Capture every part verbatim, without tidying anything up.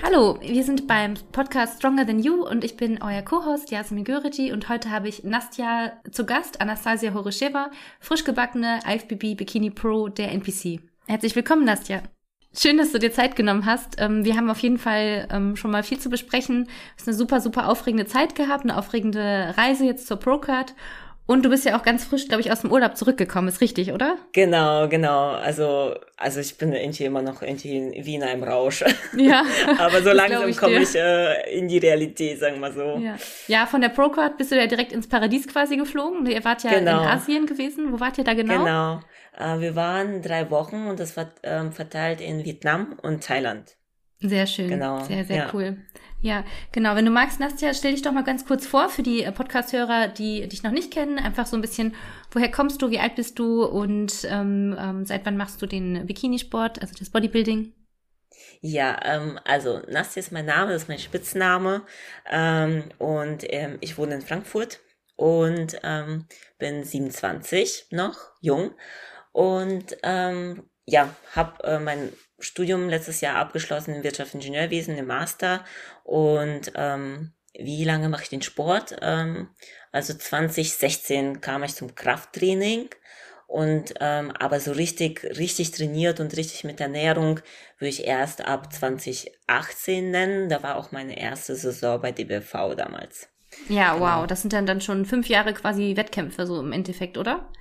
Hallo, wir sind beim Podcast Stronger Than You und ich bin euer Co-Host Yasemin Göreci und heute habe ich Nastja zu Gast, Anastasia Horosheva, frisch gebackene I F B B Bikini Pro der N P C. Herzlich willkommen, Nastja. Schön, dass du dir Zeit genommen hast. Wir haben auf jeden Fall schon mal viel zu besprechen. Es ist eine super, super aufregende Zeit gehabt, eine aufregende Reise jetzt zur Procard. Und du bist ja auch ganz frisch, glaube ich, aus dem Urlaub zurückgekommen. Ist richtig, oder? Genau, genau. Also, also ich bin irgendwie immer noch irgendwie wie in einem Rausch. Ja. Aber so langsam komme ich äh, in die Realität, sagen wir so. Ja. ja, von der Procard bist du ja direkt ins Paradies quasi geflogen. Ihr wart ja genau. in Asien gewesen. Wo wart ihr da genau? Genau. Äh, wir waren drei Wochen und das war ähm, verteilt in Vietnam und Thailand. Sehr schön. Genau. Sehr, sehr ja. cool. Ja, genau. Wenn du magst, Nastja, stell dich doch mal ganz kurz vor für die Podcast-Hörer, die dich noch nicht kennen. Einfach so ein bisschen, woher kommst du, wie alt bist du und ähm, ähm, seit wann machst du den Bikinisport, also das Bodybuilding? Ja, ähm, also Nastja ist mein Name, das ist mein Spitzname ähm, und ähm, ich wohne in Frankfurt und ähm, bin siebenundzwanzig noch, jung und ähm, ja, habe äh, mein Studium letztes Jahr abgeschlossen in Wirtschaftsingenieurwesen im Master und ähm, wie lange mache ich den Sport? Ähm, also zwanzig sechzehn kam ich zum Krafttraining und ähm, aber so richtig richtig trainiert und richtig mit Ernährung würde ich erst ab zwanzig achtzehn nennen. Da war auch meine erste Saison bei D B F V damals. Ja, genau. Wow, das sind dann dann schon fünf Jahre quasi Wettkämpfe so im Endeffekt, oder?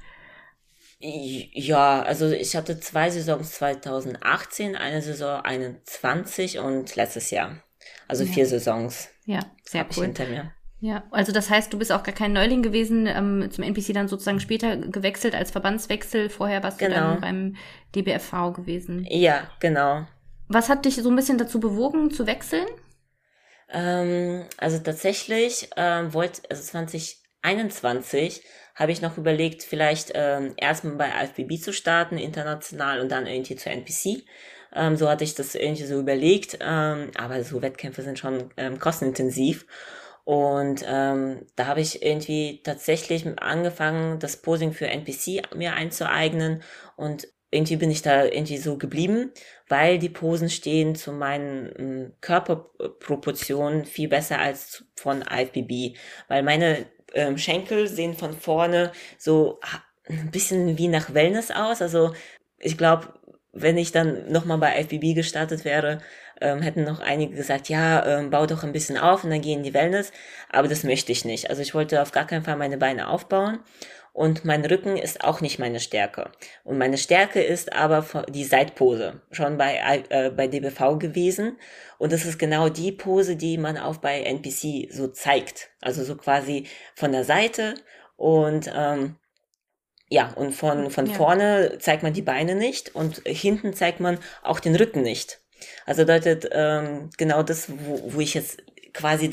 Ja, also ich hatte zwei Saisons zwanzig achtzehn, eine Saison einundzwanzig und letztes Jahr. Also ja. vier Saisons. Ja, sehr cool. Ich hinter mir. Ja, also das heißt, du bist auch gar kein Neuling gewesen, ähm, zum N P C dann sozusagen später gewechselt als Verbandswechsel. Vorher warst genau. du dann beim D B F V gewesen. Ja, genau. Was hat dich so ein bisschen dazu bewogen, zu wechseln? Ähm, also tatsächlich ähm, wollte, also zwanzig einundzwanzig habe ich noch überlegt, vielleicht ähm, erstmal bei I F B B zu starten, international und dann irgendwie zur N P C. Ähm, so hatte ich das irgendwie so überlegt, ähm, aber so Wettkämpfe sind schon ähm, kostenintensiv. Und ähm, da habe ich irgendwie tatsächlich angefangen, das Posing für N P C mir einzueignen und irgendwie bin ich da irgendwie so geblieben, weil die Posen stehen zu meinen ähm, Körperproportionen viel besser als von I F B B, weil meine ähm, Schenkel sehen von vorne so ein bisschen wie nach Wellness aus. Also ich glaube, wenn ich dann nochmal bei I F B B gestartet wäre, ähm, hätten noch einige gesagt, ja, ähm, bau doch ein bisschen auf und dann gehen die Wellness. Aber das möchte ich nicht. Also ich wollte auf gar keinen Fall meine Beine aufbauen. Und mein Rücken ist auch nicht meine Stärke. Und meine Stärke ist aber die Seitpose, schon bei äh, bei D B V gewesen. Und das ist genau die Pose, die man auch bei N P C so zeigt. Also so quasi von der Seite und ähm, ja, und von von ja. vorne zeigt man die Beine nicht und hinten zeigt man auch den Rücken nicht. Also bedeutet ähm, genau das, wo, wo ich jetzt quasi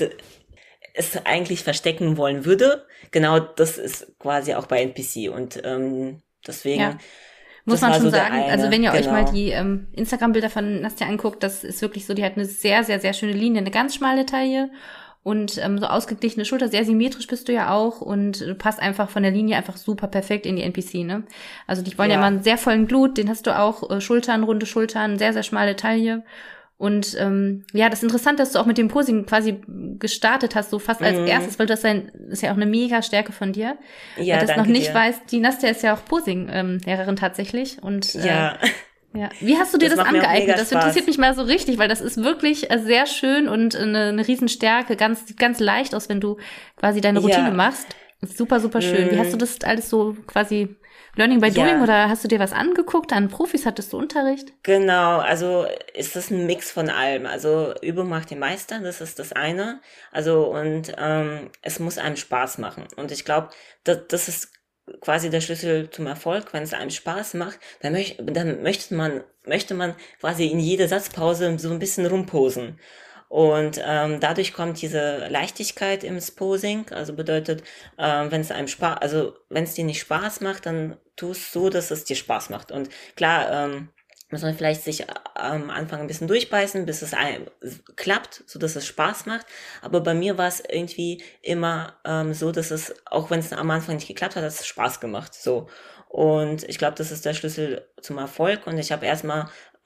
es eigentlich verstecken wollen würde. Genau das ist quasi auch bei N P C und ähm, deswegen ja. Muss man schon so sagen, eine, also wenn ihr genau. euch mal die ähm, Instagram-Bilder von Nastja anguckt, das ist wirklich so, die hat eine sehr, sehr, sehr schöne Linie, eine ganz schmale Taille und ähm, so ausgeglichene Schulter, sehr symmetrisch bist du ja auch und du passt einfach von der Linie einfach super perfekt in die N P C, ne? Also die wollen ja, ja mal einen sehr vollen Glut, den hast du auch, äh, Schultern, runde Schultern, sehr, sehr schmale Taille. Und ähm, ja, das ist interessant, dass du auch mit dem Posing quasi gestartet hast, so fast als mhm. erstes, weil das sein, ist ja auch eine mega Stärke von dir. Ja, Wer das noch nicht dir. weiß, die Nastja ist ja auch Posing-Lehrerin ähm, tatsächlich. Und äh, ja. ja. Wie hast du dir das, das angeeignet? Das Spaß. interessiert mich mal so richtig, weil das ist wirklich äh, sehr schön und eine, eine Riesenstärke, ganz, ganz leicht aus, wenn du quasi deine Routine ja. machst. Super, super schön. Mhm. Wie hast du das alles so quasi Learning by Doing ja. oder hast du dir was angeguckt? An Profis hattest du Unterricht? Genau, also ist das ein Mix von allem. Also Übung macht den Meister, das ist das eine. Also und ähm, es muss einem Spaß machen. Und ich glaube, das, das ist quasi der Schlüssel zum Erfolg. Wenn es einem Spaß macht, dann, möcht, dann möchte man möchte man quasi in jeder Satzpause so ein bisschen rumposen. Und ähm, dadurch kommt diese Leichtigkeit im Posing, also bedeutet, ähm, wenn es einem Spaß, also wenn es dir nicht Spaß macht, dann tust so, dass es dir Spaß macht. Und klar, ähm, muss man vielleicht sich am Anfang ein bisschen durchbeißen, bis es ein, klappt, so dass es Spaß macht. Aber bei mir war es irgendwie immer ähm, so, dass es, auch wenn es am Anfang nicht geklappt hat, hat es Spaß gemacht. So. Und ich glaube, das ist der Schlüssel zum Erfolg. Und ich habe erstmal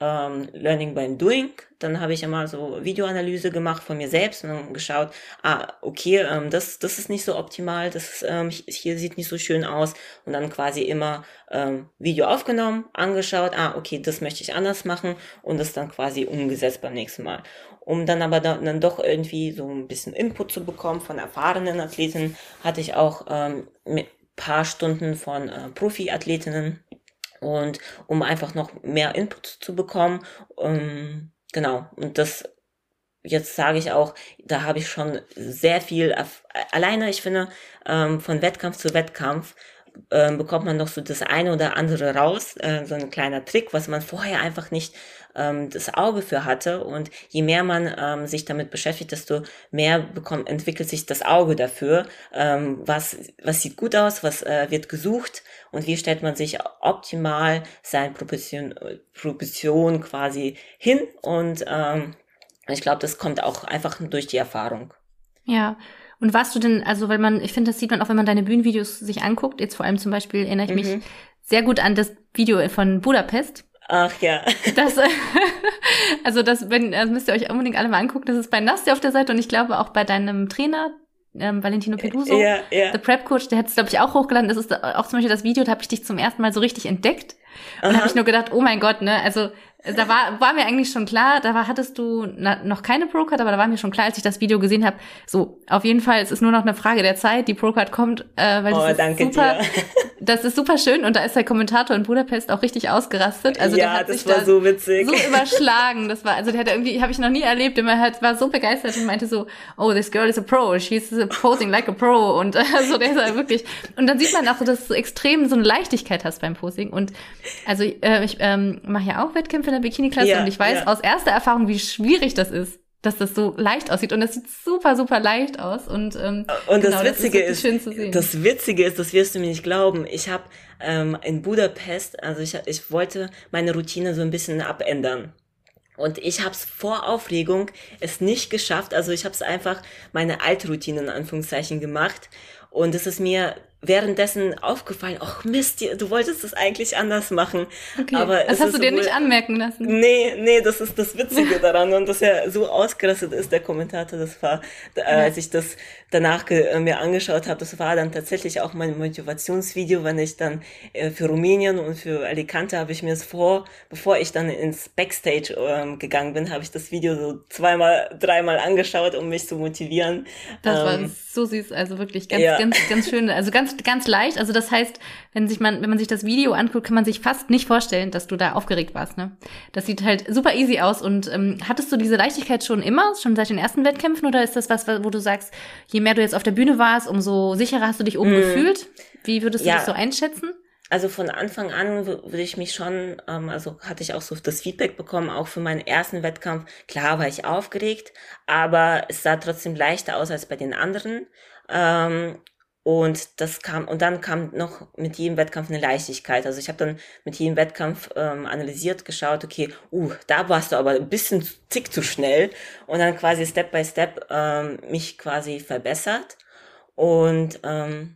ähm, Learning by Doing. Dann habe ich immer so Videoanalyse gemacht von mir selbst und dann geschaut, ah, okay, ähm, das das ist nicht so optimal, das ist, ähm, hier sieht nicht so schön aus und dann quasi immer ähm, Video aufgenommen, angeschaut, ah, okay, das möchte ich anders machen und das dann quasi umgesetzt beim nächsten Mal. Um dann aber dann, dann doch irgendwie so ein bisschen Input zu bekommen von erfahrenen Athleten, hatte ich auch ähm, mit paar Stunden von äh, Profi-Athletinnen und um einfach noch mehr Input zu bekommen, ähm, genau, und das, jetzt sage ich auch, da habe ich schon sehr viel, erf- alleine, ich finde, ähm, von Wettkampf zu Wettkampf ähm, bekommt man noch so das eine oder andere raus, äh, so ein kleiner Trick, was man vorher einfach nicht ähm, das Auge für hatte. Und je mehr man ähm, sich damit beschäftigt, desto mehr bekommt, entwickelt sich das Auge dafür, ähm, was was sieht gut aus, was äh, wird gesucht und wie stellt man sich optimal seine Proportion, Proportion quasi hin. Und ähm, ich glaube, das kommt auch einfach durch die Erfahrung. Ja. Und warst du denn, also weil man, ich finde, das sieht man auch, wenn man deine Bühnenvideos sich anguckt, jetzt vor allem zum Beispiel erinnere ich mich Mhm. sehr gut an das Video von Budapest. Ach ja. Das, also das, wenn, das müsst ihr euch unbedingt alle mal angucken, das ist bei Nastja auf der Seite und ich glaube auch bei deinem Trainer, ähm, Valentino Peduso, Ja, ja. The Prep Coach, der hat es, glaube ich, auch hochgeladen. Das ist auch zum Beispiel das Video, da habe ich dich zum ersten Mal so richtig entdeckt. Und da habe ich nur gedacht, oh mein Gott, ne, also da war war mir eigentlich schon klar, da war, hattest du na, noch keine Pro-Card, aber da war mir schon klar, als ich das Video gesehen habe, so, auf jeden Fall, es ist nur noch eine Frage der Zeit, die Pro-Card kommt, äh, weil das Oh, ist danke super, dir. das ist super schön und da ist der Kommentator in Budapest auch richtig ausgerastet. Also Ja, der hat das sich war da so witzig. so überschlagen, das war, also der hat irgendwie, habe ich noch nie erlebt, immer hat, war so begeistert und meinte so, oh, this girl is a pro, she's posing like a pro und also der ist halt wirklich, und dann sieht man auch so, dass du extrem so eine Leichtigkeit hast beim Posing und also äh, ich ähm, mache ja auch Wettkämpfe in der Bikini-Klasse Ja, und ich weiß ja. aus erster Erfahrung, wie schwierig das ist, dass das so leicht aussieht und das sieht super, super leicht aus und ähm, Und genau, das Witzige das ist, ist, schön zu sehen. das Witzige ist, das wirst du mir nicht glauben. Ich habe ähm, in Budapest, also ich, ich wollte meine Routine so ein bisschen abändern. Und ich habe es vor Aufregung es nicht geschafft. Also ich habe es einfach meine alte Routine in Anführungszeichen gemacht. Und es ist mir währenddessen aufgefallen, ach Mist, du wolltest das eigentlich anders machen. Okay, Aber das es hast ist du dir wohl- nicht anmerken lassen. Nee, nee, das ist das Witzige daran und dass er so ausgerastet ist, der Kommentator, das war, äh, als ich das danach ge äh, mir angeschaut habe, das war dann tatsächlich auch mein Motivationsvideo, wenn ich dann äh, für Rumänien und für Alicante habe ich mir das vor, bevor ich dann ins Backstage ähm, gegangen bin, habe ich das Video so zweimal, dreimal angeschaut, um mich zu motivieren. Das war Ähm, so süß, also wirklich ganz, ja. ganz, ganz schön, also ganz, ganz leicht. Also das heißt, wenn sich man, wenn man sich das Video anguckt, kann man sich fast nicht vorstellen, dass du da aufgeregt warst, ne? Das sieht halt super easy aus. Und ähm, hattest du diese Leichtigkeit schon immer, schon seit den ersten Wettkämpfen, oder ist das was, wo du sagst, je mehr du jetzt auf der Bühne warst, umso sicherer hast du dich oben Mm. gefühlt? Wie würdest du Ja. das so einschätzen? Also von Anfang an w- würde ich mich schon, ähm, also hatte ich auch so das Feedback bekommen, auch für meinen ersten Wettkampf. Klar war ich aufgeregt, aber es sah trotzdem leichter aus als bei den anderen. Ähm, und das kam, und dann kam noch mit jedem Wettkampf eine Leichtigkeit. Also ich habe dann mit jedem Wettkampf ähm, analysiert, geschaut, okay, uh, da warst du aber ein bisschen zu- tick zu schnell und dann quasi Step by Step ähm, mich quasi verbessert. Und ähm,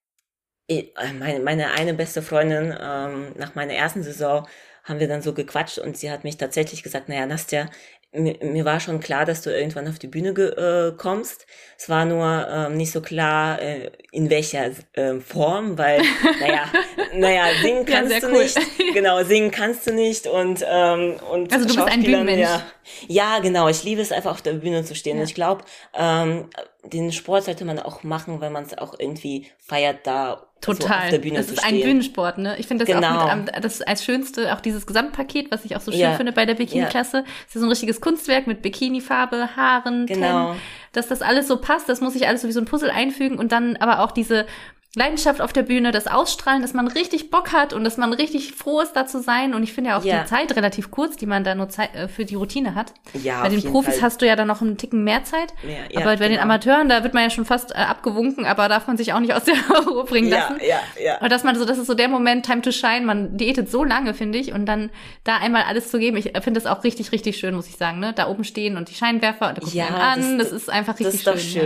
ich- äh, meine, meine eine beste Freundin, ähm, nach meiner ersten Saison haben wir dann so gequatscht und sie hat mich tatsächlich gesagt, naja, Nastja, mir, mir war schon klar, dass du irgendwann auf die Bühne ge äh, kommst. Es war nur ähm, nicht so klar, äh, in welcher äh, Form, weil, naja, naja, singen Ja, kannst sehr du cool. nicht. Genau, singen kannst du nicht und, ähm, und Also du bist ein Schauspielern, Bühnenmensch. ja. Ja, genau, ich liebe es einfach auf der Bühne zu stehen. Ja. Und ich glaube, ähm, den Sport sollte man auch machen, weil man es auch irgendwie feiert, da so Total. auf der Bühne das zu ist stehen. ein Bühnensport, ne? Ich finde das Genau. auch mit, am- das ist als Schönste, auch dieses Gesamtpaket, was ich auch so schön Ja. finde bei der Bikini-Klasse. Das ist ja so ein richtiges Kunstwerk mit Bikini-Farbe, Haaren, Genau. Tem, dass das alles so passt, das muss sich alles so wie so ein Puzzle einfügen und dann aber auch diese Leidenschaft auf der Bühne, das Ausstrahlen, dass man richtig Bock hat und dass man richtig froh ist, da zu sein. Und ich finde ja auch Ja. die Zeit relativ kurz, die man da nur Zeit, äh, für die Routine hat. Ja, Bei auf den jeden Profis Fall. hast du ja dann noch einen Ticken mehr Zeit. Mehr, ja, aber bei den genau. Amateuren, da wird man ja schon fast äh, abgewunken, aber darf man sich auch nicht aus der Ruhe bringen Ja, lassen. ja, ja. Aber dass man so, das ist so der Moment, Time to Shine, man diätet so lange, finde ich, und dann da einmal alles zu geben, ich finde das auch richtig, richtig schön, muss ich sagen, ne? Da oben stehen und die Scheinwerfer, und da guckt Ja, man an, das, das- ist einfach Das richtig ist doch schön. schön.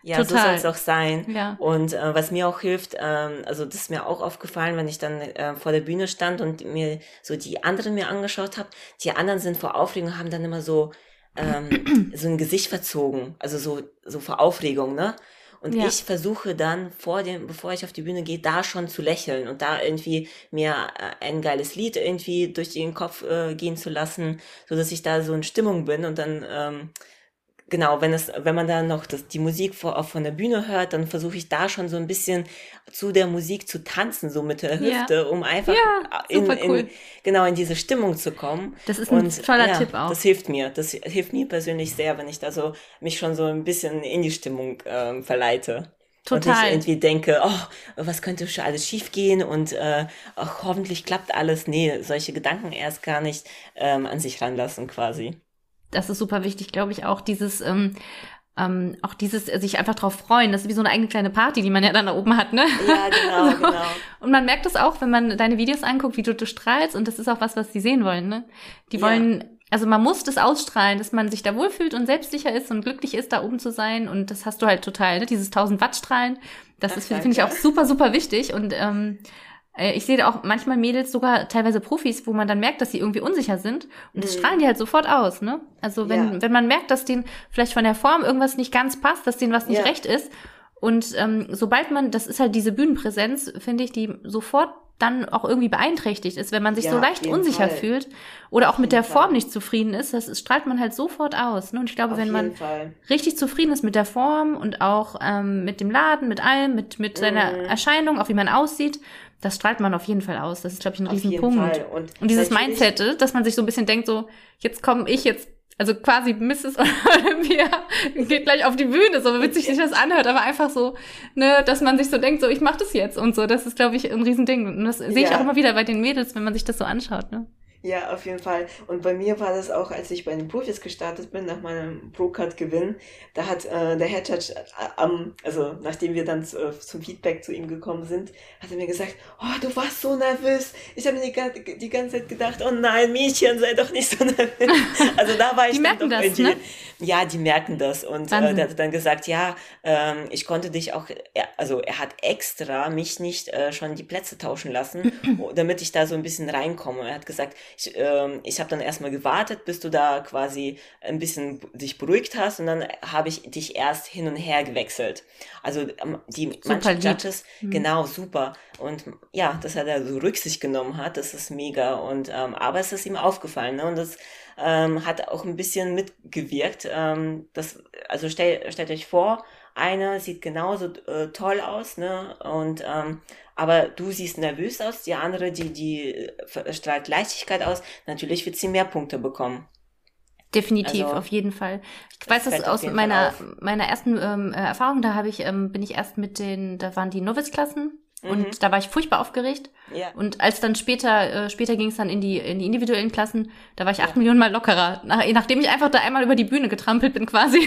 Ja, so soll Total. es auch sein. Ja. Und äh, was mir auch hilft, ähm, also das ist mir auch aufgefallen, wenn ich dann äh, vor der Bühne stand und mir so die anderen mir angeschaut habe. Die anderen sind vor Aufregung, haben dann immer so ähm, so ein Gesicht verzogen, also so so vor Aufregung, ne? Und Ja. ich versuche dann vor dem, bevor ich auf die Bühne gehe, da schon zu lächeln und da irgendwie mir äh, ein geiles Lied irgendwie durch den Kopf äh, gehen zu lassen, so dass ich da so in Stimmung bin und dann ähm, genau, wenn es, wenn man dann noch das, die Musik vor, auch von der Bühne hört, dann versuche ich da schon so ein bisschen zu der Musik zu tanzen, so mit der Ja. Hüfte, um einfach Ja, in, super cool. in, genau in diese Stimmung zu kommen. Das ist ein Und toller ja, Tipp auch. das hilft mir. Das hilft mir persönlich sehr, wenn ich da so mich schon so ein bisschen in die Stimmung ähm, verleite. Und nicht Total. irgendwie denke, oh, was könnte schon alles schief gehen und äh, ach, hoffentlich klappt alles. Nee, solche Gedanken erst gar nicht ähm, an sich ranlassen quasi. Das ist super wichtig, glaube ich, auch dieses, ähm, ähm, auch dieses äh, sich einfach drauf freuen. Das ist wie so eine eigene kleine Party, die man ja dann da oben hat, ne? Ja, genau, So. genau. Und man merkt das auch, wenn man deine Videos anguckt, wie du, du strahlst. Und das ist auch was, was die sehen wollen, ne? Die Ja. wollen, also man muss das ausstrahlen, dass man sich da wohlfühlt und selbstsicher ist und glücklich ist, da oben zu sein. Und das hast du halt total, ne? Dieses tausend Watt Strahlen. Das Ach, ist, finde ich, auch danke. super, super wichtig. Und ähm, äh, ich sehe da auch manchmal Mädels, sogar teilweise Profis, wo man dann merkt, dass sie irgendwie unsicher sind. Und das Mhm. strahlen die halt sofort aus, ne? Also wenn, Ja. wenn man merkt, dass denen vielleicht von der Form irgendwas nicht ganz passt, dass denen was nicht Ja. recht ist. Und ähm, sobald man, das ist halt diese Bühnenpräsenz, finde ich, die sofort dann auch irgendwie beeinträchtigt ist, wenn man sich Ja, so auf der jeden unsicher Fall. fühlt oder auch mit jeden der Form Fall. nicht zufrieden ist, das strahlt man halt sofort aus. Ne? Und ich glaube, Auf wenn man jeden Fall. richtig zufrieden ist mit der Form und auch ähm, mit dem Laden, mit allem, mit, mit seiner Mhm. Erscheinung, auch wie man aussieht, das strahlt man auf jeden Fall aus. Das ist, glaube ich, ein Auf jeden Riesenpunkt. Fall. Und, Und dieses natürlich, Mindset, dass man sich so ein bisschen denkt, so, jetzt komme ich jetzt, also quasi Misses Olympia geht gleich auf die Bühne, so witzig sich das anhört, aber einfach so, ne, dass man sich so denkt, so, ich mach das jetzt und so, das ist, glaube ich, ein Riesending. Und das sehe ich Ja. auch immer wieder bei den Mädels, wenn man sich das so anschaut, ne? Ja, auf jeden Fall. Und bei mir war das auch, als ich bei den Profis gestartet bin, nach meinem Pro-Cut-Gewinn, da hat äh, der Head Judge äh, am, also nachdem wir dann zu, äh, zum Feedback zu ihm gekommen sind, hat er mir gesagt, oh, du warst so nervös. Ich habe mir die, ga- die ganze Zeit gedacht, oh nein, Mädchen, sei doch nicht so nervös. Also da war ich Die dann merken doch das, irgendwie, ne? ja, die merken das. Und äh, Wahnsinn. der hat dann gesagt, ja, ähm, ich konnte dich auch, er, also er hat extra mich nicht äh, schon die Plätze tauschen lassen, damit ich da so ein bisschen reinkomme. Er hat gesagt, ich, ähm, ich habe dann erstmal gewartet, bis du da quasi ein bisschen dich beruhigt hast und dann habe ich dich erst hin und her gewechselt. Also ähm, die Super manchen lieb. Judges, Mhm. genau, super. Und ja, dass er da so Rücksicht genommen hat, das ist mega. Und ähm, aber es ist ihm aufgefallen, ne? Und das ähm, hat auch ein bisschen mitgewirkt. Ähm, das, also stell, stellt euch vor, eine sieht genauso äh, toll aus, ne? Und ähm, aber du siehst nervös aus, die andere, die die äh, strahlt Leichtigkeit aus. Natürlich wird sie mehr Punkte bekommen. Definitiv, Also auf jeden Fall. Ich das weiß das fällt auf aus jeden Fall meiner auf. meiner ersten ähm, äh, Erfahrung, da habe ich ähm, bin ich erst mit den, da waren die Novice-Klassen Mhm. und da war ich furchtbar aufgeregt. Ja, Und als dann später, äh, später ging es dann in die, in die individuellen Klassen, da war ich acht ja, Millionen Mal lockerer. Nach, nachdem ich einfach da einmal über die Bühne getrampelt bin quasi.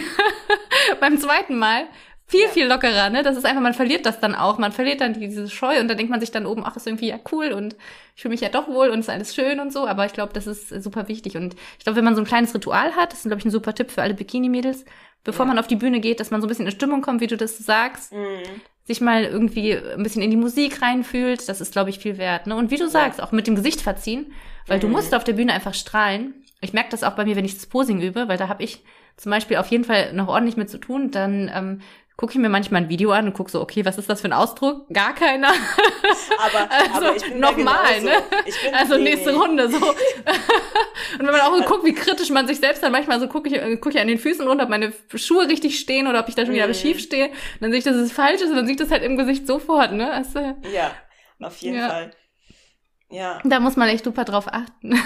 Beim zweiten Mal viel, ja, viel lockerer, ne? Das ist einfach, man verliert das dann auch. Man verliert dann diese Scheu und dann denkt man sich dann oben, ach, ist irgendwie ja cool und ich fühle mich ja doch wohl und ist alles schön und so. Aber ich glaube, das ist super wichtig. Und ich glaube, wenn man so ein kleines Ritual hat, das ist, glaube ich, ein super Tipp für alle Bikini-Mädels, bevor ja. man auf die Bühne geht, dass man so ein bisschen in Stimmung kommt, wie du das sagst, Mhm. sich mal irgendwie ein bisschen in die Musik reinfühlt, das ist, glaube ich, viel wert. Ne? Und wie du Ja. sagst, auch mit dem Gesicht verziehen, weil du musst Mhm. auf der Bühne einfach strahlen. Ich merke das auch bei mir, wenn ich das Posing übe, weil da habe ich zum Beispiel auf jeden Fall noch ordentlich mit zu tun. Dann ähm, gucke ich mir manchmal ein Video an und gucke so, okay, was ist das für ein Ausdruck? Gar keiner. Aber, Also aber ich bin da nochmal, genauso. ne? Ich bin, Also nee, nächste nee. Runde so. Und wenn man auch so guckt, wie kritisch man sich selbst dann manchmal so gucke ich, äh, gucke ich an den Füßen runter, ob meine Schuhe richtig stehen oder ob ich da schon wieder Mhm. schief stehe. Dann sehe ich, dass es falsch ist und dann sieht das halt im Gesicht sofort, ne? Also, Ja, auf jeden ja. Fall. Ja, Da muss man echt super drauf achten.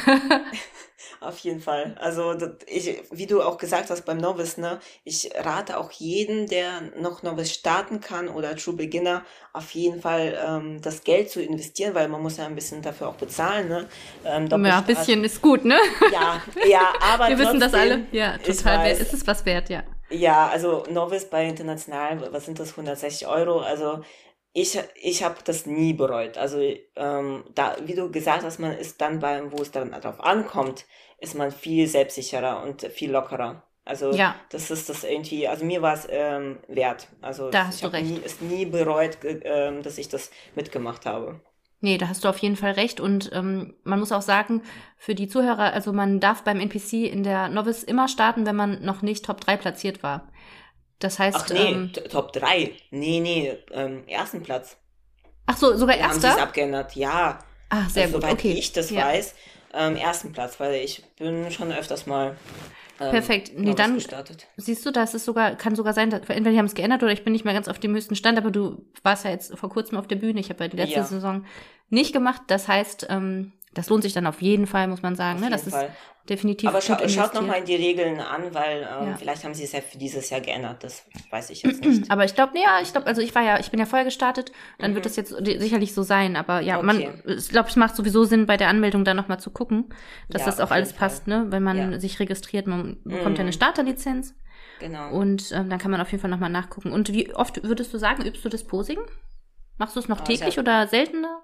auf jeden Fall. Also das, ich, wie du auch gesagt hast beim Novice, ne, ich rate auch jedem, der noch Novice starten kann oder True Beginner, auf jeden Fall ähm, das Geld zu investieren, weil man muss ja ein bisschen dafür auch bezahlen, ne? Ähm, Ja, ein Doppelstart. bisschen ist gut, ne? Ja, ja, aber Wir wissen das trotzdem, alle. Ja, ich total. Wert. weiß. Ist es was wert, ja. Ja, also Novice bei international, was sind das, hundertsechzig Euro? Also ich, ich habe das nie bereut. Also ähm, da, wie du gesagt hast, man ist dann beim, wo es dann darauf ankommt, ist man viel selbstsicherer und viel lockerer. Also Ja, das ist das irgendwie, also mir war es ähm, wert. Also da es- hast ich du habe recht. nie, es nie bereut, ge- ähm, dass ich das mitgemacht habe. Nee, da hast du auf jeden Fall recht. Und ähm, man muss auch sagen, für die Zuhörer, also man darf beim N P C in der Novice immer starten, wenn man noch nicht Top drei platziert war. Das Ach heißt, nee, ähm, T- Top drei. Nee, nee, ähm, ersten Platz. ach so, sogar Da haben sie es Erster? abgeändert. Ja, Ah, sehr also gut, soweit okay. ich das Ja, weiß, ähm, ersten Platz, weil ich bin schon öfters mal ähm, perfekt. Nee, Novice dann gestartet. siehst du, das ist sogar, kann sogar sein, dass, entweder die haben es geändert oder ich bin nicht mehr ganz auf dem höchsten Stand, aber du warst ja jetzt vor kurzem auf der Bühne. Ich habe ja die letzte Ja, Saison nicht gemacht. Das heißt, ähm, das lohnt sich dann auf jeden Fall, muss man sagen. auf Ne? Das jeden ist Fall. Aber definitiv gut scha schaut investiert. nochmal in die Regeln an, weil ähm, Ja. vielleicht haben sie es ja für dieses Jahr geändert. Das weiß ich jetzt nicht. Aber ich glaube, nee, ja, ich glaube, also ich war ja, ich bin ja vorher gestartet, dann wird Mhm. das jetzt sicherlich so sein. Aber ja, Okay. man, ich glaube, es macht sowieso Sinn, bei der Anmeldung dann nochmal zu gucken, dass Ja, das auch auf jeden alles Fall. passt, ne? Wenn man Ja. sich registriert, man bekommt ja eine Mhm. Starterlizenz Genau. und ähm, dann kann man auf jeden Fall nochmal nachgucken. Und wie oft würdest du sagen, übst du das Posing? Machst du es noch Aber ich täglich habe oder seltener?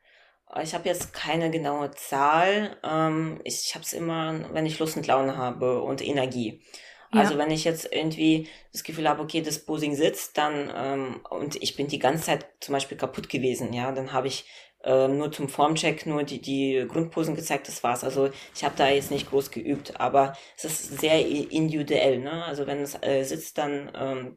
ich hab jetzt keine genaue Zahl. Ähm, ich ich habe es immer, wenn ich Lust und Laune habe und Energie. Also Ja. wenn ich jetzt irgendwie das Gefühl habe, okay, das Posing sitzt, dann ähm, und ich bin die ganze Zeit zum Beispiel kaputt gewesen, ja, dann habe ich ähm, nur zum Formcheck nur die, die Grundposen gezeigt, das war's. Also ich habe da jetzt nicht groß geübt, aber es ist sehr i- individuell, ne? Also wenn es äh, sitzt, dann ähm,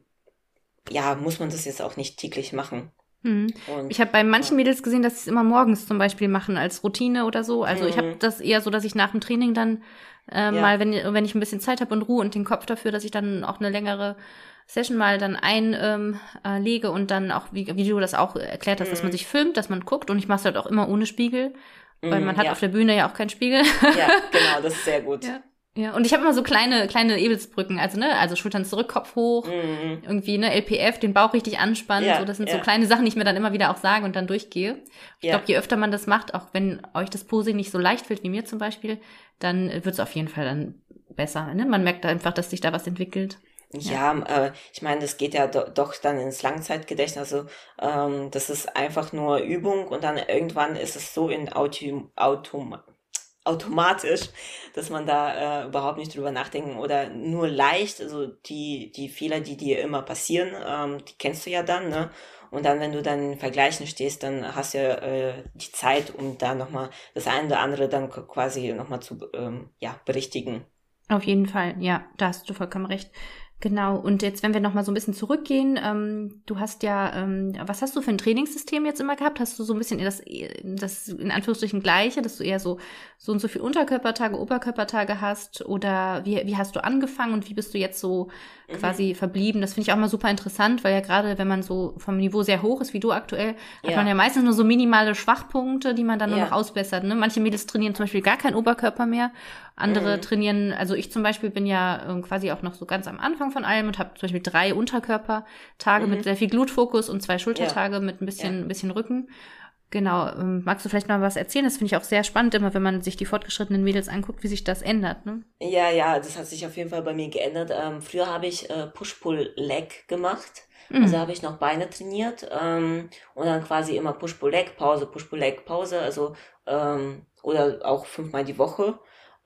ja, muss man das jetzt auch nicht täglich machen. Hm. Ich Und habe bei manchen ja. Mädels gesehen, dass sie es immer morgens zum Beispiel machen als Routine oder so. Also ich habe Mhm. das eher so, dass ich nach dem Training dann äh, Ja. mal, wenn, wenn ich ein bisschen Zeit habe und Ruhe und den Kopf dafür, dass ich dann auch eine längere Session mal dann einlege ähm, äh, lege und dann auch, wie, wie du das auch erklärt hast, dass man Mhm. sich filmt, dass man guckt. Und ich mache es halt auch immer ohne Spiegel, weil man Mhm. hat auf Ja. der Bühne ja auch keinen Spiegel. Ja, genau, das ist sehr gut. Ja. Ja, und ich habe immer so kleine, kleine Ebelsbrücken, also ne, also Schultern zurück, Kopf hoch, Mhm. irgendwie, ne, L P F, den Bauch richtig anspannen, so, Ja, das sind so ja, kleine Sachen, die ich mir dann immer wieder auch sage und dann durchgehe. Ich glaube, ja. je öfter man das macht, auch wenn euch das Posing nicht so leicht fällt wie mir zum Beispiel, dann wird es auf jeden Fall dann besser, ne? Man merkt einfach, dass sich da was entwickelt. Ja. Ja, äh, ich meine, das geht ja do doch dann ins Langzeitgedächtnis. Also ähm, das ist einfach nur Übung und dann irgendwann ist es so in Auto Autom automatisch, dass man da äh, überhaupt nicht drüber nachdenken oder nur leicht, also die die Fehler, die dir immer passieren, ähm, die kennst du ja dann, ne? Und dann, wenn du dann in Vergleichen stehst, dann hast du ja äh, die Zeit, um da nochmal das eine oder andere dann k- quasi nochmal zu ähm, ja, berichtigen. Auf jeden Fall, ja, da hast du vollkommen recht. Genau, und jetzt, wenn wir nochmal so ein bisschen zurückgehen, ähm, du hast ja, ähm, was hast du für ein Trainingssystem jetzt immer gehabt? Hast du so ein bisschen das, das in Anführungsstrichen gleiche, dass du eher so so und so viel Unterkörpertage, Oberkörpertage hast? Oder wie, wie hast du angefangen und wie bist du jetzt so Mhm. quasi verblieben? Das finde ich auch mal super interessant, weil ja gerade, wenn man so vom Niveau sehr hoch ist wie du aktuell, hat man ja Ja, meistens nur so minimale Schwachpunkte, die man dann nur noch ja. ausbessert. Ne? Manche Mädels trainieren zum Beispiel gar keinen Oberkörper mehr. Andere Mhm. trainieren, also ich zum Beispiel bin ja ähm, quasi auch noch so ganz am Anfang von allem und habe zum Beispiel drei Unterkörpertage mit Mhm. sehr viel Glutfokus und zwei Ja, Schultertage mit ein ja. bisschen, ein bisschen Rücken. Genau, ähm, magst du vielleicht mal was erzählen? Das finde ich auch sehr spannend, immer wenn man sich die fortgeschrittenen Mädels anguckt, wie sich das ändert, ne? Ja, ja, das hat sich auf jeden Fall bei mir geändert. Ähm, früher habe ich äh, Push-Pull-Leg gemacht. Also Mhm. habe ich noch Beine trainiert ähm, und dann quasi immer Push-Pull-Leg, Pause, Push-Pull-Leg, Pause. Also ähm, oder auch fünfmal die Woche.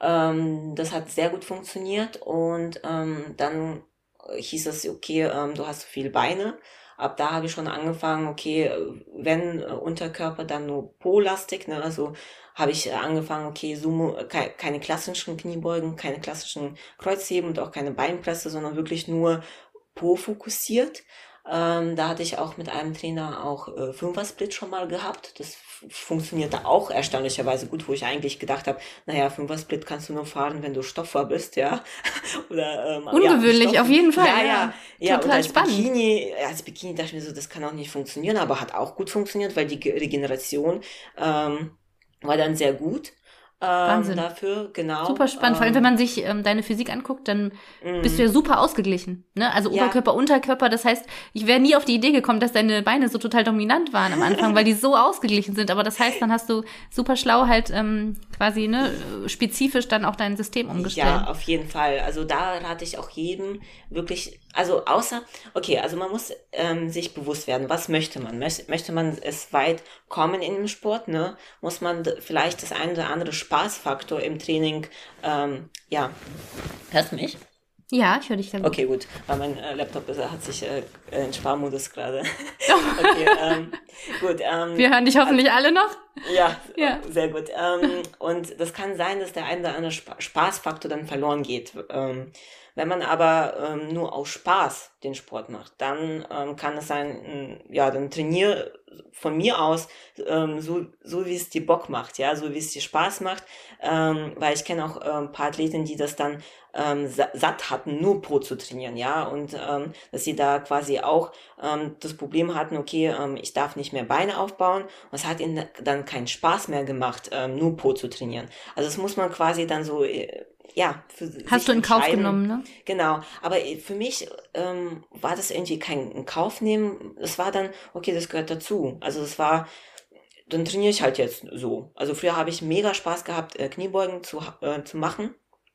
Ähm, das hat sehr gut funktioniert und ähm, dann hieß es, okay, ähm, du hast zu viele Beine. Ab da habe ich schon angefangen, okay, äh, wenn äh, Unterkörper, dann nur Po-lastig, ne? Also habe ich äh, angefangen, okay, Sumo, äh, kei- keine klassischen Kniebeugen, keine klassischen Kreuzheben und auch keine Beinpresse, sondern wirklich nur Po fokussiert. Ähm, da hatte ich auch mit einem Trainer auch äh, Fünfer-Split schon mal gehabt. Das f- funktionierte auch erstaunlicherweise gut, wo ich eigentlich gedacht habe, naja, Fünfer-Split kannst du nur fahren, wenn du Stoffer bist, ja. Oder ähm, ja, Ungewöhnlich, Stoff. auf jeden Fall, Ja, ja. ja, ja. Und Total als spannend. Bikini, als Bikini dachte ich mir so, das kann auch nicht funktionieren, aber hat auch gut funktioniert, weil die Ge- Regeneration ähm, war dann sehr gut ähm, Wahnsinn. dafür, Super genau. spannend. Vor allem, wenn Ähm, man sich ähm, deine Physik anguckt, dann bist du ja mm, super ausgeglichen. Ne? Also ja. Oberkörper, Unterkörper. Das heißt, ich wäre nie auf die Idee gekommen, dass deine Beine so total dominant waren am Anfang, weil die so ausgeglichen sind. Aber das heißt, dann hast du super schlau halt ähm, quasi ne, spezifisch dann auch dein System Ja, umgestellt. auf jeden Fall. Also da rate ich auch jedem wirklich, also außer, okay, also man muss ähm, sich bewusst werden, was möchte man? Möcht, möchte man es weit kommen in dem Sport, ne? Muss man d- vielleicht das eine oder andere Spaßfaktor im Training, ähm, ja, hörst du mich? Ja, ich höre dich sehr gut. Okay, gut, weil mein äh, Laptop ist, hat sich äh, in Sparmodus gerade. Okay, ähm, gut. Ähm, Wir hören dich hoffentlich alle noch. Ja, Ja. sehr gut. Ähm, und das kann sein, dass der ein oder andere Spa- Spaßfaktor dann verloren geht. Ähm, wenn man aber ähm, nur aus Spaß den Sport macht, dann ähm, kann es sein, mh, ja, dann trainier von mir aus ähm, so, so wie es dir Bock macht, ja, so wie es dir Spaß macht, ähm, weil ich kenne auch ähm, ein paar Athleten, die das dann ähm, sa- satt hatten, nur Pro zu trainieren, ja, und ähm, dass sie da quasi auch ähm, das Problem hatten, okay, ähm, ich darf nicht mehr Beine aufbauen, und es hat ihnen dann keinen Spaß mehr gemacht, ähm, nur Po zu trainieren. Also das muss man quasi dann so, äh, ja, für Hast sich du in Kauf entscheiden. genommen, ne? Genau, aber für mich ähm, war das irgendwie kein in Kauf nehmen. Es war dann, okay, das gehört dazu. Also es war, dann trainiere ich halt jetzt so. Also früher habe ich mega Spaß gehabt, äh, Kniebeugen zu, äh, zu machen.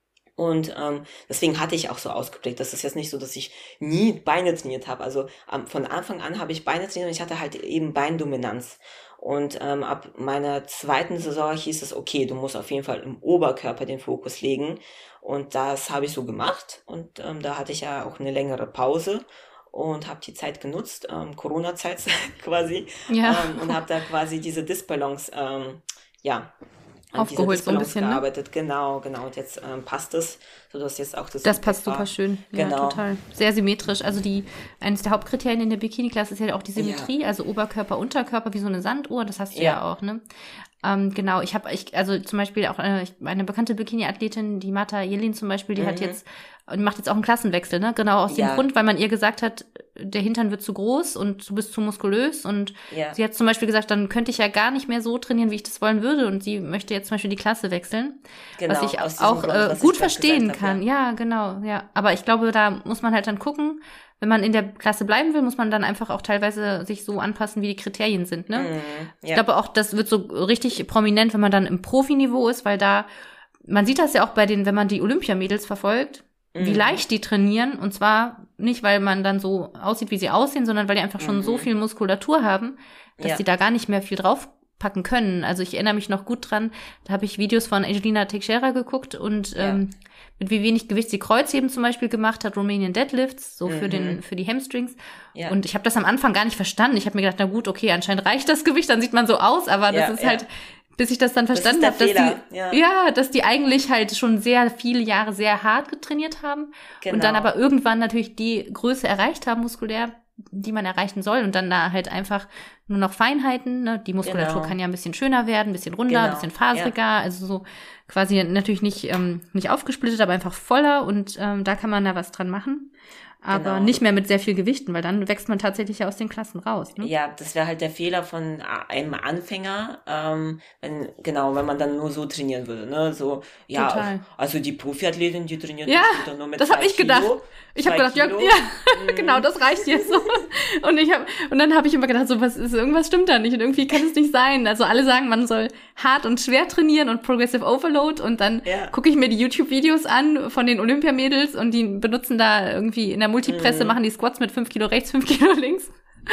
Und ähm, deswegen hatte ich auch so ausgeprägt. Das ist jetzt nicht so, dass ich nie Beine trainiert habe. Also ähm, von Anfang an habe ich Beine trainiert und ich hatte halt eben Beindominanz. Und ähm, ab meiner zweiten Saison hieß es, okay, du musst auf jeden Fall im Oberkörper den Fokus legen. Und das habe ich so gemacht. Und ähm, da hatte ich ja auch eine längere Pause und habe die Zeit genutzt, ähm, Corona-Zeit quasi, Ja. ähm, und habe da quasi diese Disbalance, ähm, ja, an dieser Aufgeholt so ein Disbalance bisschen, ne? gearbeitet. Genau, genau. Und jetzt ähm, passt es, sodass jetzt auch das Das Feedback passt super war. schön. Ja, Genau. total. Sehr symmetrisch. Also die, eines der Hauptkriterien in der Bikini-Klasse ist ja auch die Symmetrie, also Oberkörper, Unterkörper, wie so eine Sanduhr. Das hast du ja, Ja. auch, ne? Ähm, genau, ich habe, ich, also zum Beispiel auch äh, ich, eine bekannte Bikini-Athletin, die Marta Jelin zum Beispiel, die Mhm. hat jetzt, die macht jetzt auch einen Klassenwechsel, ne? Genau aus dem Ja. Grund, weil man ihr gesagt hat, der Hintern wird zu groß und du bist zu muskulös. Und Ja. sie hat zum Beispiel gesagt, dann könnte ich ja gar nicht mehr so trainieren, wie ich das wollen würde. Und sie möchte jetzt zum Beispiel die Klasse wechseln. Genau, Was ich aus diesem auch Grund, äh, was ich gut gerade verstehen gesagt hab, kann. ja. Ja, genau, ja. Aber ich glaube, da muss man halt dann gucken, wenn man in der Klasse bleiben will, muss man dann einfach auch teilweise sich so anpassen, wie die Kriterien sind, ne? Mhm. Ich Ja. glaube auch, das wird so richtig prominent, wenn man dann im Profiniveau ist, weil da, man sieht das ja auch bei den, wenn man die Olympiamädels verfolgt, wie Mhm. leicht die trainieren. Und zwar nicht, weil man dann so aussieht, wie sie aussehen, sondern weil die einfach schon Mhm. so viel Muskulatur haben, dass Ja. die da gar nicht mehr viel draufpacken können. Also ich erinnere mich noch gut dran, da habe ich Videos von Angelina Teixeira geguckt und Ja. ähm, mit wie wenig Gewicht sie Kreuzheben zum Beispiel gemacht hat, Romanian Deadlifts, so für Mhm. den für die Hamstrings. Ja. Und ich habe das am Anfang gar nicht verstanden. Ich habe mir gedacht, na gut, okay, anscheinend reicht das Gewicht, dann sieht man so aus, aber das Ja, ist ja. halt, bis ich das dann Das ist verstanden der habe, dass Fehler, die ja. ja, dass die eigentlich halt schon sehr viele Jahre sehr hart getrainiert haben Genau. und dann aber irgendwann natürlich die Größe erreicht haben muskulär, die man erreichen soll und dann da halt einfach nur noch Feinheiten, ne? Die Muskulatur Genau. kann ja ein bisschen schöner werden, ein bisschen runder, ein Genau, bisschen faseriger, also so quasi natürlich nicht ähm, nicht aufgesplittet, aber einfach voller und ähm, da kann man da was dran machen. Aber Genau. nicht mehr mit sehr viel Gewichten, weil dann wächst man tatsächlich ja aus den Klassen raus. Ne? Ja, das wäre halt der Fehler von einem Anfänger, ähm, wenn, genau, wenn man dann nur so trainieren würde, ne, so, ja, Total. also die Profiathletin, die trainieren Ja, bestimmt dann nur mit das zwei habe ich Kilo, gedacht. Ich habe zwei gedacht, ja, Kilo. ja, Mhm. genau, das reicht jetzt so. Und ich habe und dann habe ich immer gedacht, so was ist irgendwas stimmt da nicht und irgendwie kann es nicht sein. Also alle sagen, man soll hart und schwer trainieren und Progressive Overload und dann Ja. gucke ich mir die YouTube-Videos an von den Olympiamädels und die benutzen da irgendwie in der Multipresse Mhm. machen die Squats mit fünf Kilo rechts, fünf Kilo links.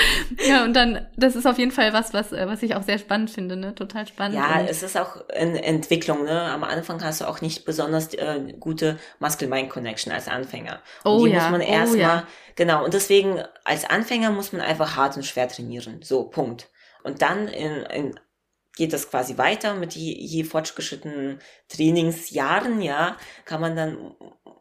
Ja, und dann, das ist auf jeden Fall was, was, äh, was ich auch sehr spannend finde, ne? Total spannend. Ja, und es ist auch eine Entwicklung, ne? Am Anfang hast du auch nicht besonders äh, gute Muscle-Mind-Connection als Anfänger. Und Oh die ja, muss man oh erstmal, ja. genau, und deswegen als Anfänger muss man einfach hart und schwer trainieren. So, Punkt. Und dann in, in geht das quasi weiter mit je, je fortgeschrittenen Trainingsjahren, ja, kann man dann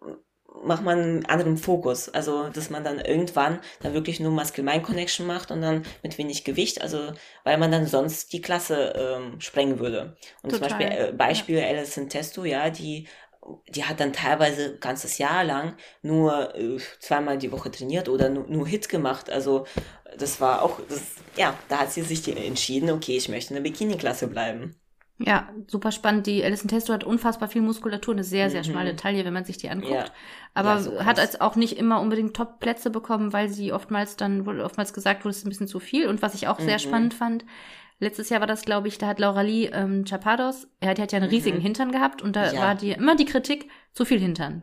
macht man einen anderen Fokus. Also, dass man dann irgendwann dann wirklich nur Muscle-Mind-Connection macht und dann mit wenig Gewicht, also, weil man dann sonst die Klasse ähm, sprengen würde. Und Total, zum Beispiel, äh, Beispiel Alison Testo, ja, die, die hat dann teilweise ein ganzes Jahr lang nur äh, zweimal die Woche trainiert oder nur, nur Hit gemacht. Also, das war auch, das, ja, da hat sie sich die entschieden, okay, ich möchte in der Bikini-Klasse bleiben. Ja, super spannend. Die Alison Testo hat unfassbar viel Muskulatur, eine sehr, sehr Mhm. schmale Taille, wenn man sich die anguckt. Ja. Aber Ja, so krass. hat als auch nicht immer unbedingt Top-Plätze bekommen, weil sie oftmals dann, wurde oftmals gesagt, wurde es ein bisschen zu viel. Und was ich auch sehr Mhm. spannend fand, letztes Jahr war das, glaube ich, da hat Laura Lee ähm, Chapados, er hat, die hat ja einen riesigen Mhm. Hintern gehabt und da Ja. war die immer die Kritik, zu viel Hintern.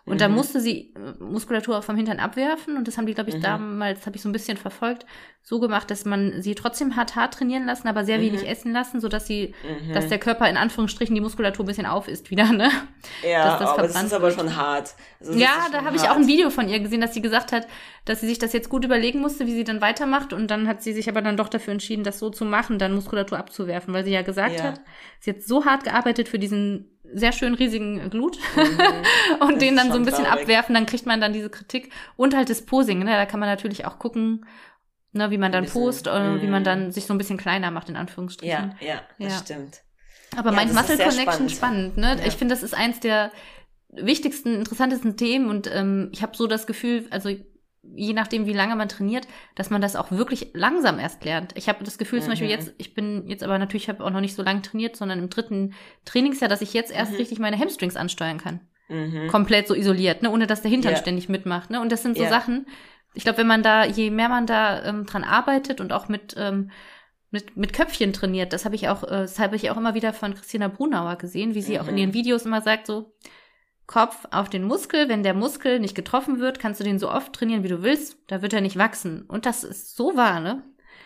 Und mhm. da musste sie Muskulatur vom Hintern abwerfen und das haben die, glaube ich, mhm. damals, habe ich so ein bisschen verfolgt, so gemacht, dass man sie trotzdem hart hart trainieren lassen, aber sehr mhm. wenig essen lassen, sodass sie, mhm. dass der Körper in Anführungsstrichen die Muskulatur ein bisschen aufisst wieder, ne? Ja, das aber das ist aber schon hart. Also ja, da habe ich auch ein Video von ihr gesehen, dass sie gesagt hat, dass sie sich das jetzt gut überlegen musste, wie sie dann weitermacht und dann hat sie sich aber dann doch dafür entschieden, das so zu machen, dann Muskulatur abzuwerfen, weil sie ja gesagt ja. hat, sie hat so hart gearbeitet für diesen sehr schön riesigen Glut mhm. und das den dann so ein bisschen traurig. abwerfen, dann kriegt man dann diese Kritik und halt das Posing, ne? Da kann man natürlich auch gucken, ne, wie man dann post oder mm. wie man dann sich so ein bisschen kleiner macht, in Anführungsstrichen. Ja, ja, das ja. stimmt. Aber ja, mein Muscle Connection spannend, spannend ne? Ja. Ich finde, das ist eins der wichtigsten, interessantesten Themen und ähm, ich habe so das Gefühl, also je nachdem, wie lange man trainiert, dass man das auch wirklich langsam erst lernt. Ich habe das Gefühl, zum mhm. Beispiel jetzt, ich bin jetzt aber natürlich, ich habe auch noch nicht so lange trainiert, sondern im dritten Trainingsjahr, dass ich jetzt erst mhm. richtig meine Hamstrings ansteuern kann. Mhm. Komplett so isoliert, ne, ohne dass der Hintern yeah. ständig mitmacht. Ne? Und das sind so yeah. Sachen, ich glaube, wenn man da, je mehr man da ähm, dran arbeitet und auch mit, ähm, mit, mit Köpfchen trainiert, das habe ich auch, äh, das habe ich auch immer wieder von Christina Brunauer gesehen, wie sie mhm. auch in ihren Videos immer sagt, so Kopf auf den Muskel, wenn der Muskel nicht getroffen wird, kannst du den so oft trainieren, wie du willst, da wird er nicht wachsen. Und das ist so wahr, ne?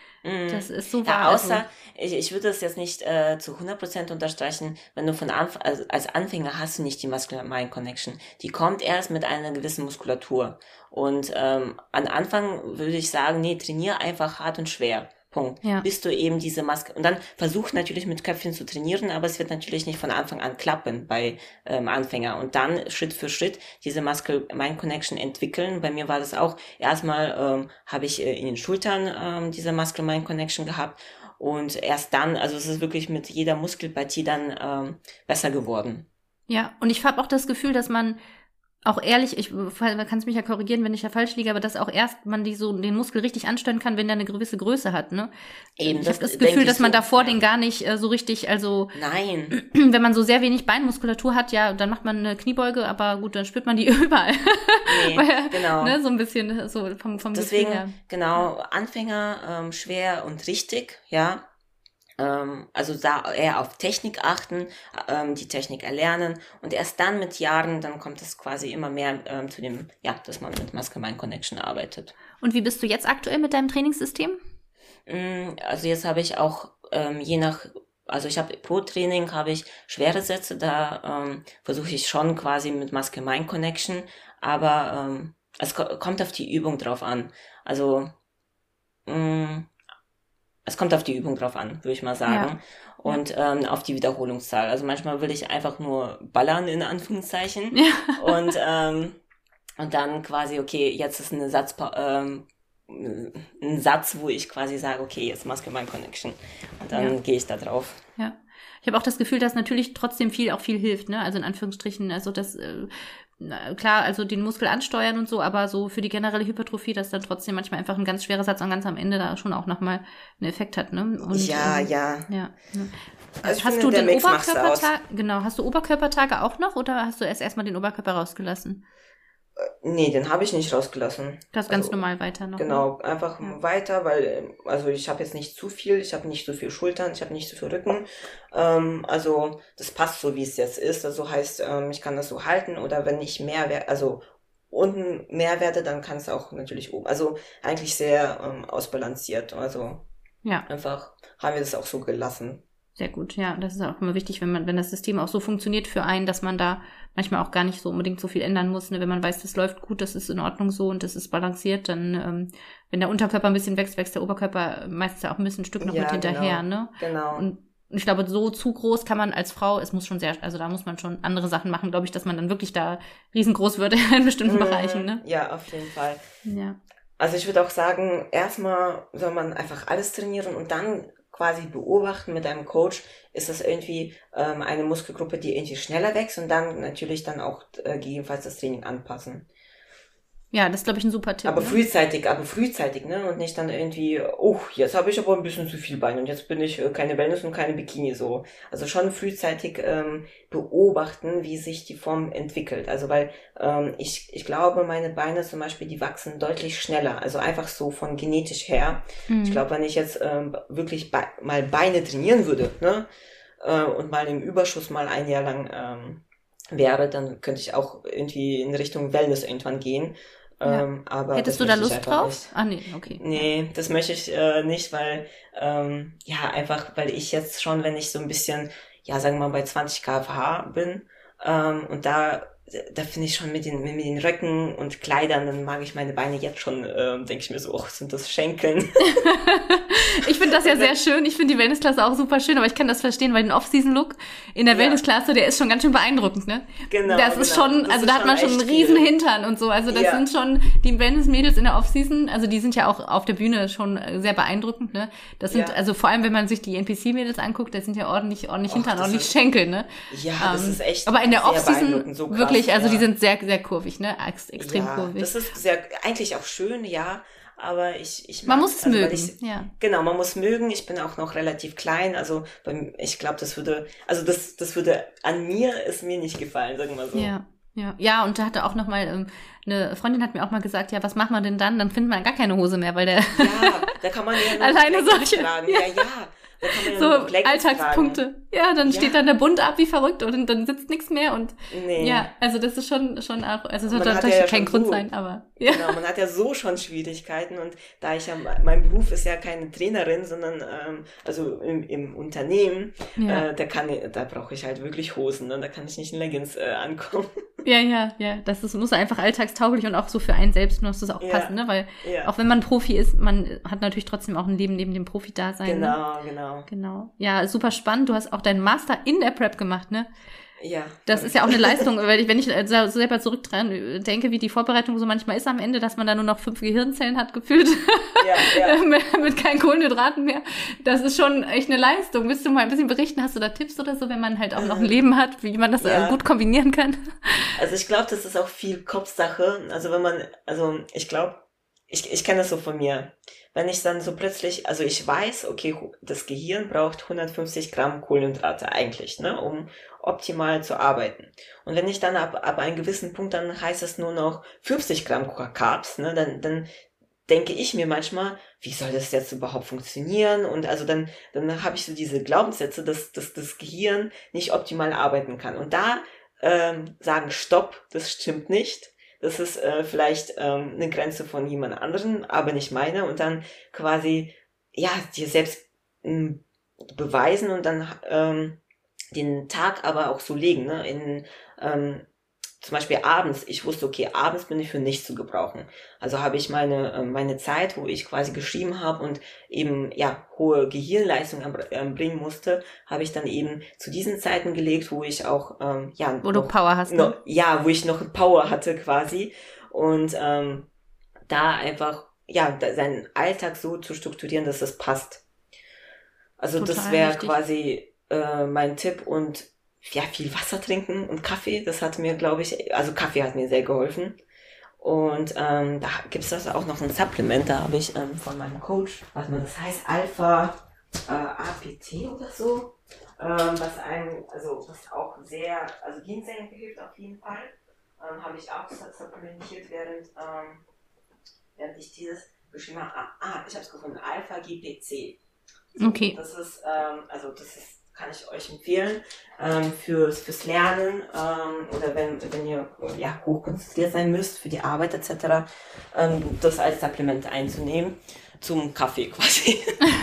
Das ist so wahr. Ja, außer, also, ich, ich würde das jetzt nicht äh, zu hundert Prozent unterstreichen, wenn du von Anfang, also als Anfänger hast du nicht die Muscle-Mind-Connection. Die kommt erst mit einer gewissen Muskulatur. Und ähm, am Anfang würde ich sagen, nee, trainier einfach hart und schwer. Punkt. Ja. Bis du eben diese Maske, und dann versuch natürlich mit Köpfchen zu trainieren, aber es wird natürlich nicht von Anfang an klappen bei ähm, Anfänger und dann Schritt für Schritt diese Muscle-Mind-Connection entwickeln. Bei mir war das auch, erstmal ähm, habe ich äh, in den Schultern ähm, diese Muscle-Mind-Connection gehabt und erst dann, also es ist wirklich mit jeder Muskelpartie dann ähm, besser geworden. Ja, und ich habe auch das Gefühl, dass man auch ehrlich, ich kannst mich ja korrigieren, wenn ich da falsch liege, aber dass auch erst man die so den Muskel richtig ansteuern kann, wenn der eine gewisse Größe hat, ne? Eben, ich habe das Gefühl, dass man so, davor ja. den gar nicht äh, so richtig, also nein, wenn man so sehr wenig Beinmuskulatur hat, ja, dann macht man eine Kniebeuge, aber gut, dann spürt man die überall. Nee, Weil, genau. Ne, so ein bisschen so vom vom Deswegen, Gefühl her. genau, Anfänger ähm, schwer und richtig, ja. Ähm, also da eher auf Technik achten, ähm, die Technik erlernen und erst dann mit Jahren, dann kommt es quasi immer mehr ähm, zu dem, ja, dass man mit Muscle-Mind-Connection arbeitet. Und wie bist du jetzt aktuell mit deinem Trainingssystem? Also jetzt habe ich auch ähm, je nach, also ich habe pro Training habe ich schwere Sätze, da ähm, versuche ich schon quasi mit Muscle-Mind-Connection, aber ähm, es ko- kommt auf die Übung drauf an. Also mh, Es kommt auf die Übung drauf an, würde ich mal sagen. Ja. Und ja. Ähm, auf die Wiederholungszahl. Also manchmal will ich einfach nur ballern, in Anführungszeichen. Ja. Und, ähm, und dann quasi, okay, jetzt ist eine Satz, ähm, ein Satz, wo ich quasi sage, okay, jetzt Muscle-Mind-Connection. Und dann ja. gehe ich da drauf. Ja. Ich habe auch das Gefühl, dass natürlich trotzdem viel auch viel hilft, ne? Also in Anführungsstrichen, also das äh, klar, also den Muskel ansteuern und so, aber so für die generelle Hypertrophie, dass dann trotzdem manchmal einfach ein ganz schwerer Satz und ganz am Ende da schon auch nochmal einen Effekt hat, ne? Und, ja, ähm, ja. ja. Also hast du den Oberkörpertag, genau, hast du Oberkörpertage auch noch oder hast du erst erstmal den Oberkörper rausgelassen? Nee, den habe ich nicht rausgelassen. Das ganz also, normal weiter noch. Genau, ne? einfach ja. weiter, weil also ich habe jetzt nicht zu viel, ich habe nicht so viel Schultern, ich habe nicht so viel Rücken. Ähm, also das passt so, wie es jetzt ist. Also heißt, ähm, ich kann das so halten oder wenn ich mehr werde, also unten mehr werde, dann kann es auch natürlich oben. Also eigentlich sehr ähm, ausbalanciert. Also ja. einfach haben wir das auch so gelassen. Sehr gut, ja. Das ist auch immer wichtig, wenn man, wenn das System auch so funktioniert für einen, dass man da manchmal auch gar nicht so unbedingt so viel ändern muss. Ne? Wenn man weiß, das läuft gut, das ist in Ordnung so und das ist balanciert, dann, ähm, wenn der Unterkörper ein bisschen wächst, wächst der Oberkörper meistens auch ein bisschen ein Stück noch ja, mit hinterher, genau, ne? Genau. Und ich glaube, so zu groß kann man als Frau, es muss schon sehr, also da muss man schon andere Sachen machen, glaube ich, dass man dann wirklich da riesengroß wird in bestimmten mmh, Bereichen, ne? Ja, auf jeden Fall. Ja. Also ich würde auch sagen, erstmal soll man einfach alles trainieren und dann quasi beobachten mit einem Coach, ist das irgendwie ähm, eine Muskelgruppe, die irgendwie schneller wächst und dann natürlich dann auch äh, gegebenenfalls das Training anpassen. Ja, das ist, glaube ich, ein super Tipp. Aber ne? frühzeitig, aber frühzeitig, ne? Und nicht dann irgendwie, oh, jetzt habe ich aber ein bisschen zu viel Beine und jetzt bin ich äh, keine Wellness und keine Bikini so. Also schon frühzeitig ähm, beobachten, wie sich die Form entwickelt. Also weil ähm, ich ich glaube, meine Beine zum Beispiel, die wachsen deutlich schneller. Also einfach so von genetisch her. Mhm. Ich glaube, wenn ich jetzt ähm, wirklich be- mal Beine trainieren würde, ne? Äh, und mal im Überschuss mal ein Jahr lang ähm, wäre, dann könnte ich auch irgendwie in Richtung Wellness irgendwann gehen. Ja. Ähm, aber Hättest das du da möchte ich Lust einfach drauf? nicht. Ah, nee, okay. Nee, das möchte ich äh, nicht, weil, ähm, ja, einfach, weil ich jetzt schon, wenn ich so ein bisschen, ja, sagen wir mal bei zwanzig Kilometer pro Stunde bin, ähm, und da, da finde ich schon mit den, mit den Röcken und Kleidern, dann mag ich meine Beine jetzt schon, ähm, denke ich mir so, oh, sind das Schenkeln? Ich finde das ja sehr schön. Ich finde die Wellnessklasse auch super schön, aber ich kann das verstehen, weil den Off-Season-Look in der Ja. Wellnessklasse, der ist schon ganz schön beeindruckend, ne? Genau, Das ist genau. schon, Das also ist da hat schon man schon echt einen riesen viel. Hintern und so. Also das Ja. sind schon die Wellness-Mädels in der Off-Season, also die sind ja auch auf der Bühne schon sehr beeindruckend, ne? Das sind, Ja. also vor allem, wenn man sich die N P C-Mädels anguckt, das sind ja ordentlich, ordentlich Och, Hintern, das ordentlich ist- Schenkel, ne? Ja, das Ähm, ist echt aber in der sehr Off-Season beeindruckend, so krass, wirklich, also ja. die sind sehr, sehr kurvig, ne? Ex extrem Ja, kurvig. das ist sehr, eigentlich auch schön, ja, aber ich, ich Man mag, muss es also, weil mögen, ich, ja. Genau, man muss mögen. Ich bin auch noch relativ klein, also beim, ich glaube, das würde, also das, das würde an mir es mir nicht gefallen, sagen wir mal so. Ja, ja, ja, und da hatte auch noch mal ähm, eine Freundin hat mir auch mal gesagt, ja, was macht man denn dann? Dann findet man gar keine Hose mehr, weil der Ja, da kann man ja nur Alleine Leggings solche- tragen. Ja, ja, da kann man ja so nur noch Leggings Alltagspunkte. tragen. Ja, dann Ja. steht dann der Bund ab wie verrückt und dann sitzt nichts mehr und Nee. ja, also das ist schon schon auch, also es Man sollte hat natürlich ja kein schon Grund so- sein, aber ja. Genau, man hat ja so schon Schwierigkeiten und da ich ja, mein Beruf ist ja keine Trainerin, sondern ähm, also im, im Unternehmen, Ja. äh, da kann ich, da brauche ich halt wirklich Hosen, ne? Da kann ich nicht in Leggings äh, ankommen. Ja, ja, ja, das ist, muss einfach alltagstauglich und auch so für einen selbst muss das auch Ja. passen, ne, weil Ja, auch wenn man Profi ist, man hat natürlich trotzdem auch ein Leben neben dem Profi-Dasein. Ne? genau, genau. Genau. Ja, super spannend. Du hast auch deinen Master in der Prep gemacht, ne? Ja. Das ist ja auch eine Leistung, weil ich, wenn ich äh, so selber zurück dran denke, wie die Vorbereitung so manchmal ist am Ende, dass man da nur noch fünf Gehirnzellen hat gefühlt, Ja, ja. mit, mit keinen Kohlenhydraten mehr. Das ist schon echt eine Leistung. Willst du mal ein bisschen berichten? Hast du da Tipps oder so, wenn man halt auch noch ein Leben hat, wie man das äh, Ja. gut kombinieren kann? Also ich glaube, das ist auch viel Kopfsache. Also wenn man, also ich glaube, ich, ich kenne das so von mir. Wenn ich dann so plötzlich, also ich weiß, okay, das Gehirn braucht hundertfünfzig Gramm Kohlenhydrate eigentlich, ne, um optimal zu arbeiten. Und wenn ich dann ab, ab einem gewissen Punkt, dann heißt es nur noch fünfzig Gramm Carbs, ne, dann, dann denke ich mir manchmal, wie soll das jetzt überhaupt funktionieren? Und also dann, dann habe ich so diese Glaubenssätze, dass, dass das Gehirn nicht optimal arbeiten kann. Und da ähm, sagen, stopp, das stimmt nicht. Das ist äh, vielleicht ähm, eine Grenze von jemand anderen, aber nicht meine. Und dann quasi, ja, dir selbst ähm, beweisen und dann ähm, den Tag aber auch so legen, ne? In, ähm, zum Beispiel abends, ich wusste, okay, abends bin ich für nichts zu gebrauchen. Also habe ich meine äh, meine Zeit, wo ich quasi geschrieben habe und eben ja hohe Gehirnleistung erbringen musste, habe ich dann eben zu diesen Zeiten gelegt, wo ich auch ähm, ja Wo du noch, Power hast, ne? noch, ja, wo ich noch Power hatte quasi und ähm, da einfach ja da, seinen Alltag so zu strukturieren, dass das passt. Also Total das wäre richtig. quasi äh, mein Tipp und ja, viel Wasser trinken und Kaffee, das hat mir, glaube ich, also Kaffee hat mir sehr geholfen. Und ähm, da gibt's das auch noch ein Supplement, da habe ich ähm, von meinem Coach, warte mal, das heißt Alpha äh, A P T oder so, ähm, was einem, also was auch sehr, also Ginseng hilft auf jeden Fall, ähm, habe ich auch supplementiert, während, ähm, während ich dieses geschrieben habe. Ah, ah ich habe es gefunden, Alpha G P C. So, Okay. Das ist, ähm, also das ist, kann ich euch empfehlen, ähm, fürs, fürs Lernen ähm, oder wenn, wenn ihr ja, hochkonzentriert sein müsst für die Arbeit et cetera, ähm, das als Supplement einzunehmen zum Kaffee quasi.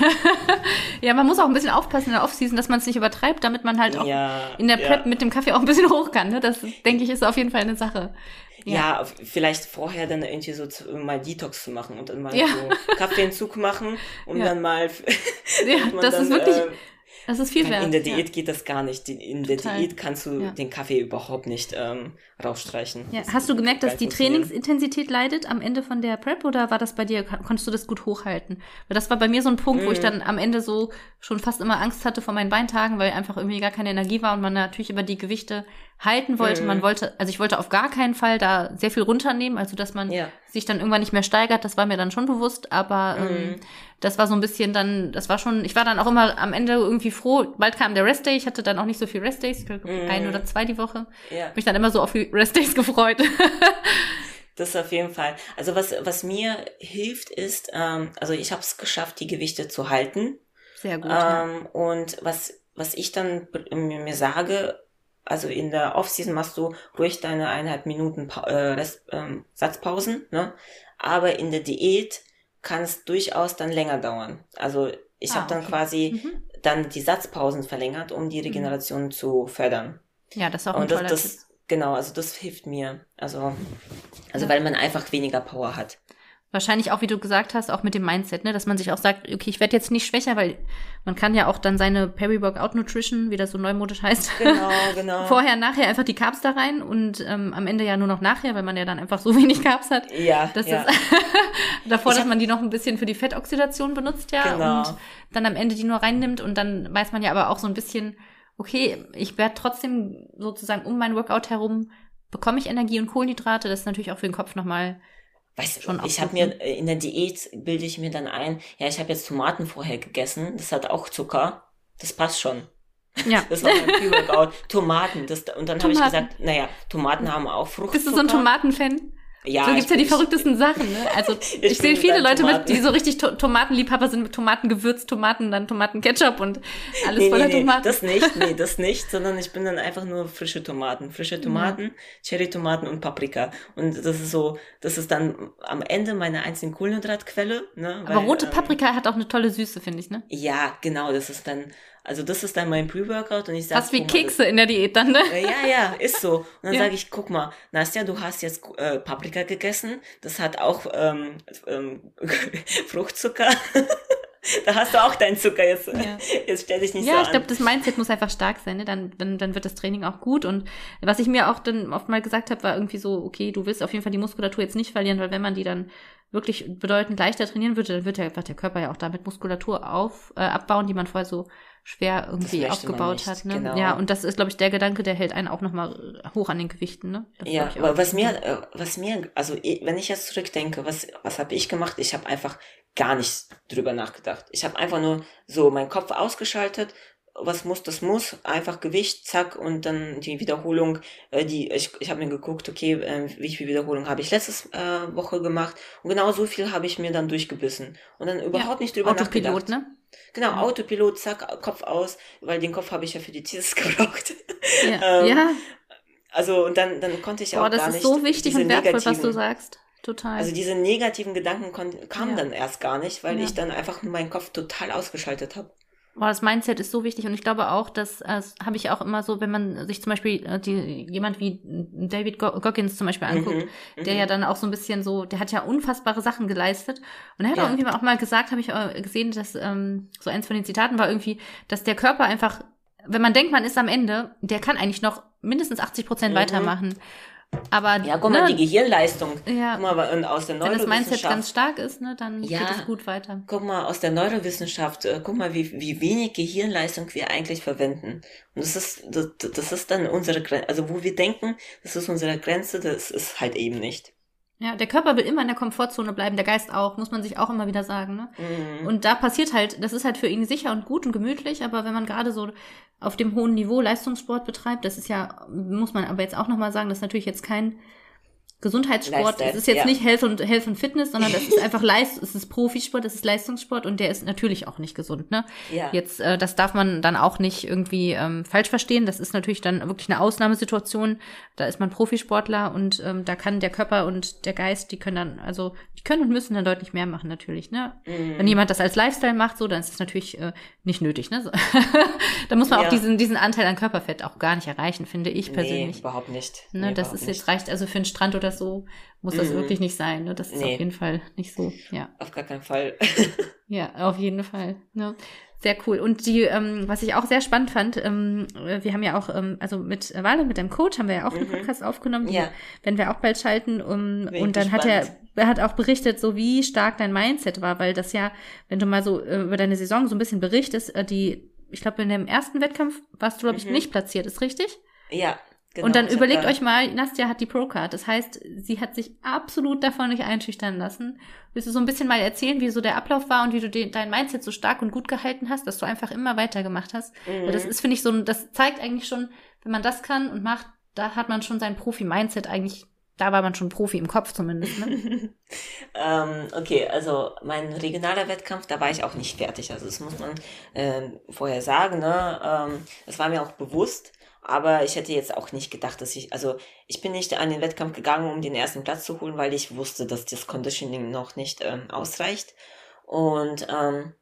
Ja, man muss auch ein bisschen aufpassen in der Off-Season, dass man es nicht übertreibt, damit man halt auch Ja, in der ja. Prep mit dem Kaffee auch ein bisschen hoch kann. Ne? Das, denke ich, ist auf jeden Fall eine Sache. Ja, auf- vielleicht vorher dann irgendwie so zu, mal Detox zu machen und dann mal Ja. so Kaffeentzug machen und Ja. dann mal Ja, und man das dann, ist wirklich, äh, das ist viel wert. in der ja. Diät geht das gar nicht. Die- In der Total. Diät kannst du Ja. den Kaffee überhaupt nicht ähm, rausstreichen. Ja. Das Hast du gemerkt, kann dass die funktionieren. Trainingsintensität leidet am Ende von der Prep oder war das bei dir, kon- konntest du das gut hochhalten? Weil das war bei mir so ein Punkt, wo ich Mhm. dann am Ende so schon fast immer Angst hatte vor meinen Beintagen, weil einfach irgendwie gar keine Energie war und man natürlich über die Gewichte halten wollte. Mhm. Man wollte, also ich wollte auf gar keinen Fall da sehr viel runternehmen, also dass man Ja. sich dann irgendwann nicht mehr steigert, das war mir dann schon bewusst, aber ähm, Mhm. das war so ein bisschen dann, das war schon, ich war dann auch immer am Ende irgendwie froh, bald kam der Restday, ich hatte dann auch nicht so viel Restdays, ich glaube Mhm. ein oder zwei die Woche, Ja. mich dann immer so auf die Restdays gefreut. Das auf jeden Fall. Also was was mir hilft ist, ähm, also ich habe es geschafft, die Gewichte zu halten. Sehr gut. ja. Ähm, und was was ich dann b- mir mir sage, also in der Off-Season machst du ruhig deine eineinhalb Minuten pa- äh, Rest, ähm, Satzpausen, ne? Aber in der Diät kann es durchaus dann länger dauern. Also ich Ah, habe dann okay. quasi Mhm. dann die Satzpausen verlängert, um die Regeneration mhm. zu fördern. Ja, das ist auch ein Und toller das, Tipp. das genau, also das hilft mir. Also, also Ja. weil man einfach weniger Power hat. Wahrscheinlich auch, wie du gesagt hast, auch mit dem Mindset, ne, dass man sich auch sagt, okay, ich werde jetzt nicht schwächer, weil man kann ja auch dann seine Peri-Workout-Nutrition, wie das so neumodisch heißt, Genau, genau. vorher, nachher einfach die Carbs da rein und ähm, am Ende ja nur noch nachher, weil man ja dann einfach so wenig Carbs hat. Ja, Das ja. ist davor, Ich dass hab- man die noch ein bisschen für die Fettoxidation benutzt, ja, Genau. und dann am Ende die nur reinnimmt und dann weiß man ja aber auch so ein bisschen, okay, ich werde trotzdem sozusagen um mein Workout herum, bekomme ich Energie und Kohlenhydrate, das ist natürlich auch für den Kopf nochmal. Weißt du, Schon auch ich gut, habe mir ne? äh, in der Diät bilde ich mir dann ein, ja, ich habe jetzt Tomaten vorher gegessen, das hat auch Zucker, das passt schon. Ja. Das war mein Pre-Workout. Tomaten, das, und dann habe ich Tomaten. gesagt, naja, Tomaten haben auch Fruchtzucker. Bist du so ein Tomatenfan? Ja, So gibt's ja die ich- verrücktesten Sachen, ne? Also ich, Ich sehe bin viele bei Leute mit, Tomaten. die so richtig to Tomatenliebhaber sind mit Tomatengewürz, Tomaten, dann Tomatenketchup und alles Nee, voller nee, nee, Tomaten. das nicht, nee, das nicht, sondern ich bin dann einfach nur frische Tomaten. Frische Tomaten, Cherrytomaten und Paprika. Und das ist so, das ist dann am Ende meine einzige Kohlenhydratquelle, ne? Aber weil, rote ähm, Paprika hat auch eine tolle Süße, finde ich, ne? Ja, genau, das ist dann, also das ist dann mein Pre-Workout und ich sag, Fast wie guck mal, das- Kekse in der Diät dann, ne? Äh, Ja, ja, ist so. Und dann Ja. sage ich, guck mal, Nastja, du hast jetzt äh, Paprika gegessen. Das hat auch ähm, ähm, Fruchtzucker. Da hast du auch deinen Zucker. Jetzt, Ja. jetzt stell dich nicht Ja, so ich an. glaube, das Mindset muss einfach stark sein, ne? Dann, dann, dann wird das Training auch gut. Und was ich mir auch dann oft mal gesagt habe, war irgendwie so, okay, du willst auf jeden Fall die Muskulatur jetzt nicht verlieren, weil wenn man die dann wirklich bedeutend leichter trainieren würde, dann wird der, wird der Körper ja auch damit Muskulatur auf, äh, abbauen, die man vorher so schwer irgendwie möchte man aufgebaut nicht, hat. Ne? genau. Ja, und das ist, glaube ich, der Gedanke, der hält einen auch nochmal hoch an den Gewichten. Ne? Das Ja, glaub ich aber auch. was mir, äh, was mir, also eh, wenn ich jetzt zurückdenke, was, was habe ich gemacht? Ich habe einfach gar nicht drüber nachgedacht. Ich habe einfach nur so meinen Kopf ausgeschaltet. Was muss, das muss. Einfach Gewicht, zack, und dann die Wiederholung. Äh, die ich ich habe mir geguckt, okay, äh, wie viel Wiederholung habe ich letztes äh, Woche gemacht. Und genau so viel habe ich mir dann durchgebissen. Und dann überhaupt nicht drüber Autopilot, nachgedacht. ne? Genau, Autopilot, zack, Kopf aus, weil den Kopf habe ich ja für die Thesis gebraucht. Ja, Ähm, ja. Also und dann, dann konnte ich Boah, auch das gar ist nicht so wichtig diese und wertvoll, was negativen- du sagst. Total. Also diese negativen Gedanken kon- kamen Ja. dann erst gar nicht, weil Ja. ich dann einfach nur meinen Kopf total ausgeschaltet habe. Boah, das Mindset ist so wichtig und ich glaube auch, dass äh, das habe ich auch immer so, wenn man sich zum Beispiel äh, die, jemand wie David Go- Goggins zum Beispiel anguckt, Mhm, der mhm. ja dann auch so ein bisschen so, der hat ja unfassbare Sachen geleistet und er hat Ja. auch irgendwie auch mal gesagt, habe ich äh, gesehen, dass ähm, so eins von den Zitaten war irgendwie, dass der Körper einfach, wenn man denkt, man ist am Ende, der kann eigentlich noch mindestens achtzig Prozent Mhm. weitermachen. Aber Ja, guck mal, ne, die Gehirnleistung. Ja. Guck mal, und aus der wenn das Mindset Neurowissenschaft. ganz stark ist, ne, dann Ja. geht es gut weiter. Guck mal, aus der Neurowissenschaft, äh, guck mal, wie, wie wenig Gehirnleistung wir eigentlich verwenden. Und das ist, das, das ist dann unsere Grenze, also wo wir denken, das ist unsere Grenze, das ist halt eben nicht. Ja, der Körper will immer in der Komfortzone bleiben, der Geist auch, muss man sich auch immer wieder sagen, ne? Mhm. Und da passiert halt, das ist halt für ihn sicher und gut und gemütlich, aber wenn man gerade so auf dem hohen Niveau Leistungssport betreibt, das ist ja, muss man aber jetzt auch nochmal sagen, das ist natürlich jetzt kein Gesundheitssport, Lifestyle, es ist jetzt ja. nicht Health und, Health und Fitness, sondern das ist einfach Leist, es ist Profisport, es ist Leistungssport und der ist natürlich auch nicht gesund, ne? Ja. Jetzt, äh, das darf man dann auch nicht irgendwie ähm, falsch verstehen, das ist natürlich dann wirklich eine Ausnahmesituation, da ist man Profisportler und ähm, da kann der Körper und der Geist, die können dann, also, die können und müssen dann deutlich mehr machen natürlich, ne? Mhm. Wenn jemand das als Lifestyle macht, so, dann ist es natürlich äh, nicht nötig, ne? So. Da muss man Ja. auch diesen, diesen Anteil an Körperfett auch gar nicht erreichen, finde ich Nee, persönlich. überhaupt nicht. Ne, Nee, das überhaupt ist nicht. jetzt reicht also für einen Strand oder so, muss das Mhm. wirklich nicht sein. Ne? Das ist Nee. auf jeden Fall nicht so. Ja, Auf gar keinen Fall. ja, auf jeden Fall. Ne? Sehr cool. Und die, ähm, was ich auch sehr spannend fand, ähm, wir haben ja auch, ähm, also mit Wale, mit deinem Coach, haben wir ja auch einen Mhm. Podcast aufgenommen, die Ja. werden wir auch bald schalten. Um, Bin ich und dann hat er, gespannt. er hat auch berichtet, so wie stark dein Mindset war, weil das ja, wenn du mal so äh, über deine Saison so ein bisschen berichtest, äh, die, ich glaube, in dem ersten Wettkampf warst du, glaube ich, Mhm. nicht platziert, ist richtig? Ja, genau. Und dann Ich hab überlegt da- euch mal, Nastja hat die Pro-Card. Das heißt, sie hat sich absolut davon nicht einschüchtern lassen. Willst du so ein bisschen mal erzählen, wie so der Ablauf war und wie du den, dein Mindset so stark und gut gehalten hast, dass du einfach immer weitergemacht hast? Mhm. Weil das ist, finde ich, so ein, das zeigt eigentlich schon, wenn man das kann und macht, da hat man schon sein Profi-Mindset eigentlich da war man schon Profi im Kopf zumindest, ne? ähm, okay, also mein regionaler Wettkampf, da war ich auch nicht fertig. Also das muss man ähm, vorher sagen, ne? Ähm, das war mir auch bewusst, aber ich hätte jetzt auch nicht gedacht, dass ich, also ich bin nicht an den Wettkampf gegangen, um den ersten Platz zu holen, weil ich wusste, dass das Conditioning noch nicht ähm, ausreicht. Und ähm,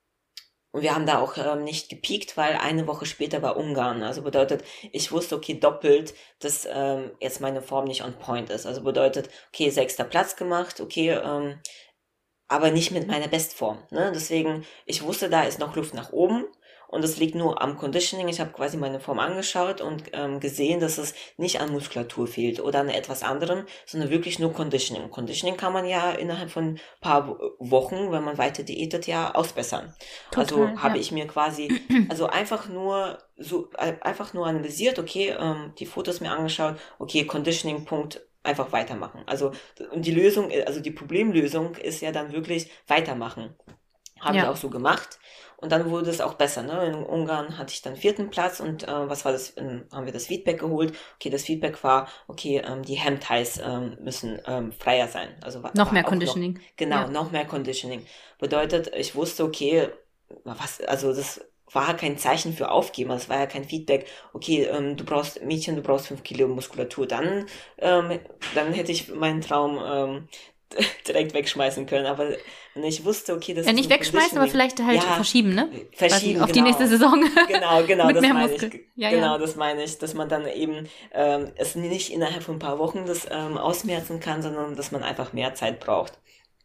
Und wir haben da auch ähm, nicht gepiekt, weil eine Woche später war Ungarn. Also bedeutet, ich wusste, okay, doppelt, dass ähm, jetzt meine Form nicht on point ist. Also bedeutet, okay, sechster Platz gemacht, okay, ähm, aber nicht mit meiner Bestform. Ne? Deswegen, ich wusste, da ist noch Luft nach oben. Und es liegt nur am Conditioning. Ich habe quasi meine Form angeschaut und ähm, gesehen, dass es nicht an Muskulatur fehlt oder an etwas anderem, sondern wirklich nur Conditioning. Conditioning kann man ja innerhalb von ein paar Wochen, wenn man weiter diätet, ja ausbessern. Total, also habe ja. ich mir quasi, also einfach nur so einfach nur analysiert, okay, ähm, die Fotos mir angeschaut, okay, Conditioning, Punkt, einfach weitermachen. Also und die Lösung, also die Problemlösung ist ja dann wirklich weitermachen. Habe ja. ich auch so gemacht. Und dann wurde es auch besser. Ne? In Ungarn hatte ich dann vierten Platz und äh, was war das? Ähm, haben wir das Feedback geholt. Okay, das Feedback war, okay, ähm, die Hemd-Highs ähm, müssen ähm, freier sein. Also war, noch war mehr Conditioning. Noch, genau, ja. noch mehr Conditioning. Bedeutet, ich wusste, okay, was, also das war kein Zeichen für Aufgeben. Das war ja kein Feedback. Okay, ähm, du brauchst Mädchen, du brauchst fünf Kilo Muskulatur. Dann, ähm, dann hätte ich meinen Traum ähm, direkt wegschmeißen können, aber ich wusste, okay, das ja, ist nicht wegschmeißen, aber vielleicht halt ja, verschieben, ne? Verschieben, auf genau. die nächste Saison. Genau, genau, Mit das mehr meine Muskel. ich. Ja, genau, ja. das meine ich, dass man dann eben ähm, es nicht innerhalb von ein paar Wochen das ähm, ausmerzen kann, sondern dass man einfach mehr Zeit braucht.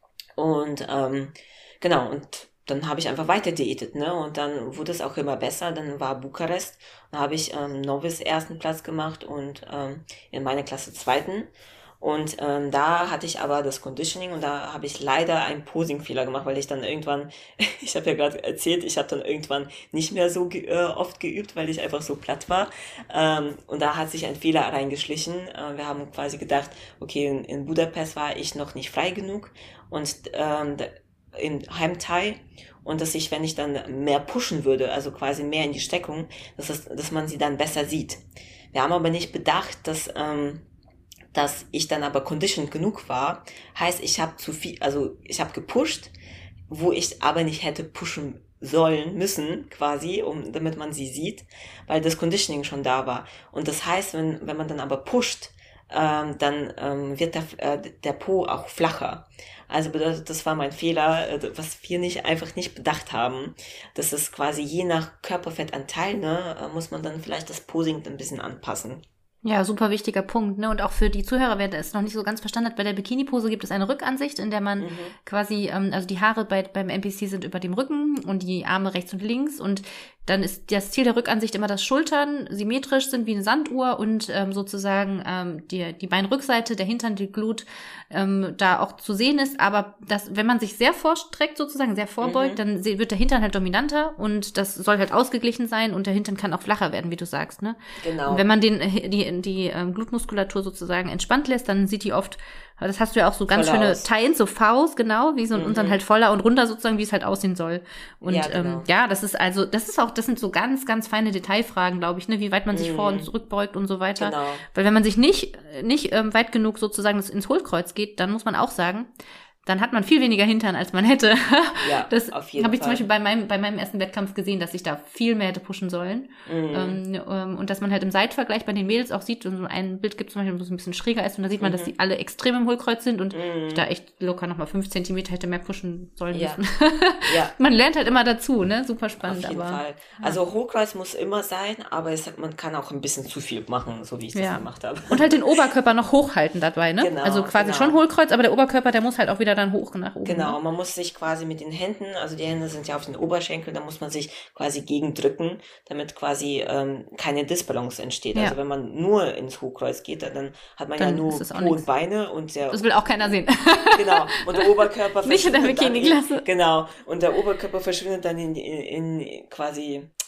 Und ähm, genau, und dann habe ich einfach weiter diätet, ne? Und dann wurde es auch immer besser. Dann war Bukarest, da habe ich ähm, Novice ersten Platz gemacht und ähm, in meiner Klasse zweiten. Und ähm, da hatte ich aber das Conditioning und da habe ich leider einen Posing-Fehler gemacht, weil ich dann irgendwann, ich habe ja gerade erzählt, ich habe dann irgendwann nicht mehr so ge- äh, oft geübt, weil ich einfach so platt war. Ähm, und da hat sich ein Fehler reingeschlichen. Äh, wir haben quasi gedacht, okay, in, in Budapest war ich noch nicht frei genug und ähm, im Heimteil und dass ich, wenn ich dann mehr pushen würde, also quasi mehr in die Steckung, dass, das, dass man sie dann besser sieht. Wir haben aber nicht bedacht, dass... Ähm, dass ich dann aber conditioned genug war, heißt, ich habe zu viel, also ich habe gepusht, wo ich aber nicht hätte pushen sollen, müssen, quasi, um, damit man sie sieht, weil das Conditioning schon da war. Und das heißt, wenn, wenn man dann aber pusht, ähm, dann ähm, wird der, äh, der Po auch flacher. Also bedeutet, das war mein Fehler, äh, was wir nicht einfach nicht bedacht haben. Das ist quasi je nach Körperfettanteil, ne, äh, muss man dann vielleicht das Posing ein bisschen anpassen. Ja, super wichtiger Punkt, ne? Und auch für die Zuhörer, wer das noch nicht so ganz verstanden hat, bei der Bikini-Pose gibt es eine Rückansicht, in der man mhm. quasi, ähm, also die Haare bei, beim N P C sind über dem Rücken und die Arme rechts und links und dann ist das Ziel der Rückansicht immer, dass Schultern symmetrisch sind wie eine Sanduhr und ähm, sozusagen ähm, die, die Beinrückseite, der Hintern, die Glut ähm, da auch zu sehen ist. Aber das, wenn man sich sehr vorstreckt, sozusagen sehr vorbeugt, mhm. dann wird der Hintern halt dominanter und das soll halt ausgeglichen sein und der Hintern kann auch flacher werden, wie du sagst, ne? Genau. Und wenn man den die, die ähm, Glutmuskulatur sozusagen entspannt lässt, dann sieht die oft, das hast du ja auch so ganz voller schöne aus. Tie-ins, so Vs, genau, wie so Mhm. und dann halt voller und runter sozusagen, wie es halt aussehen soll. Und Ja, genau. ähm, ja, das ist also, das ist auch, das sind so ganz, ganz feine Detailfragen, glaube ich, ne, wie weit man sich Mhm. vor und zurückbeugt und so weiter. Genau. Weil wenn man sich nicht, nicht ähm, weit genug sozusagen ins Hohlkreuz geht, dann muss man auch sagen, dann hat man viel weniger Hintern, als man hätte. Ja, das auf jeden habe ich zum Fall. Beispiel bei meinem, bei meinem ersten Wettkampf gesehen, dass ich da viel mehr hätte pushen sollen. Mhm. Ähm, ähm, und dass man halt im Seitvergleich bei den Mädels auch sieht, und so ein Bild gibt zum Beispiel, wo es ein bisschen schräger ist, und da sieht man, Mhm. dass die alle extrem im Hohlkreuz sind und Mhm. ich da echt locker nochmal fünf Zentimeter hätte mehr pushen sollen Ja. müssen. Ja. Man lernt halt immer dazu, ne? Super spannend. Auf jeden aber, Fall. Also Hohlkreuz muss immer sein, aber es, man kann auch ein bisschen zu viel machen, so wie ich Ja. das gemacht habe. Und halt den Oberkörper noch hochhalten dabei, ne? Genau, also quasi genau. schon Hohlkreuz, aber der Oberkörper, der muss halt auch wieder dann hoch nach oben. Genau, Ne? man muss sich quasi mit den Händen, also die Hände sind ja auf den Oberschenkeln, da muss man sich quasi gegendrücken, damit quasi ähm, keine Disbalance entsteht. Ja. Also wenn man nur ins Hochkreuz geht, dann hat man Dann ja nur ist das auch Po nix. und Beine und der Das will auch keiner sehen. genau und der Oberkörper Nicht in der verschwindet dann Bikini-Klasse. in, genau und der Oberkörper verschwindet dann in, in, in quasi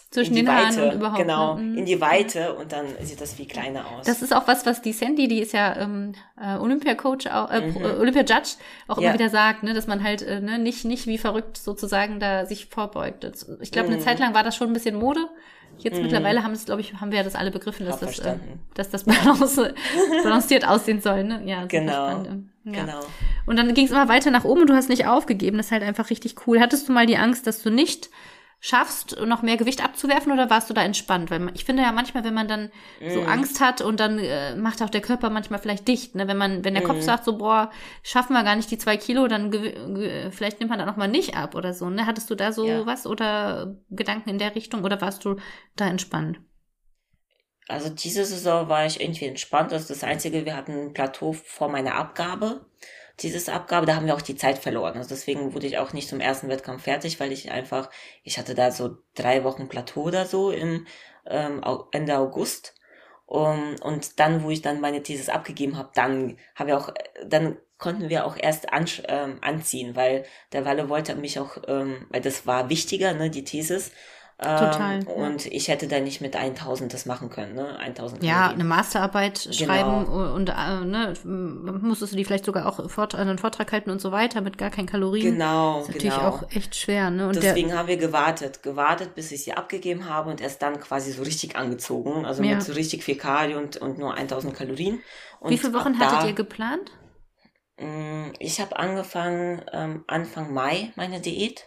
zwischen in die den Haaren Weite, und überhaupt. genau, ne? in die Weite und dann sieht das viel kleiner aus. Das ist auch was, was die Sandy, die ist ja ähm, äh, Olympia-Coach, auch, äh, Mhm. Olympia-Judge, auch Ja. immer wieder sagt, ne, dass man halt äh, ne, nicht nicht wie verrückt sozusagen da sich vorbeugt. Ich glaube, eine Mhm. Zeit lang war das schon ein bisschen Mode. Jetzt Mhm. mittlerweile haben es, glaube ich, haben wir ja das alle begriffen, dass Hab das, äh, verstanden. dass das balance, balanciert aussehen soll. Ne? Ja, super Genau. spannend. Ja. Genau. Und dann ging es immer weiter nach oben und du hast nicht aufgegeben. Das ist halt einfach richtig cool. Hattest du mal die Angst, dass du nicht schaffst, noch mehr Gewicht abzuwerfen oder warst du da entspannt? Weil man, ich finde ja manchmal, wenn man dann so Mhm. Angst hat und dann äh, macht auch der Körper manchmal vielleicht dicht, ne? Wenn man, wenn der Kopf Mhm. sagt so, boah, schaffen wir gar nicht die zwei Kilo, dann gew- ge- vielleicht nimmt man dann auch mal nicht ab oder so, ne? Hattest du da so Ja. was oder Gedanken in der Richtung oder warst du da entspannt? Also diese Saison war ich irgendwie entspannt. Das ist das Einzige, wir hatten ein Plateau vor meiner Abgabe. Dieses Abgabe, da haben wir auch die Zeit verloren. Also deswegen wurde ich auch nicht zum ersten Wettkampf fertig, weil ich einfach, ich hatte da so drei Wochen Plateau oder so im ähm, Au- Ende August. Um, und dann, wo ich dann meine Thesis abgegeben habe, dann haben wir auch, dann konnten wir auch erst an, ähm, anziehen, weil der Walle wollte mich auch, ähm, weil das war wichtiger, ne, die Thesis. Ähm, Total, ja. Und ich hätte da nicht mit tausend das machen können, ne, tausend Ja, Kalorien. eine Masterarbeit Genau. schreiben und äh, ne, musstest du die vielleicht sogar auch Vort- einen Vortrag halten und so weiter mit gar keinen Kalorien. Genau, Das ist natürlich genau. auch echt schwer, ne? Und Deswegen der, haben wir gewartet, gewartet, bis ich sie abgegeben habe und erst dann quasi so richtig angezogen, also Ja. mit so richtig viel Cardio und, und nur tausend Kalorien. Und wie viele Wochen ab hattet da, ihr geplant? mh, Ich habe angefangen ähm, Anfang Mai meine Diät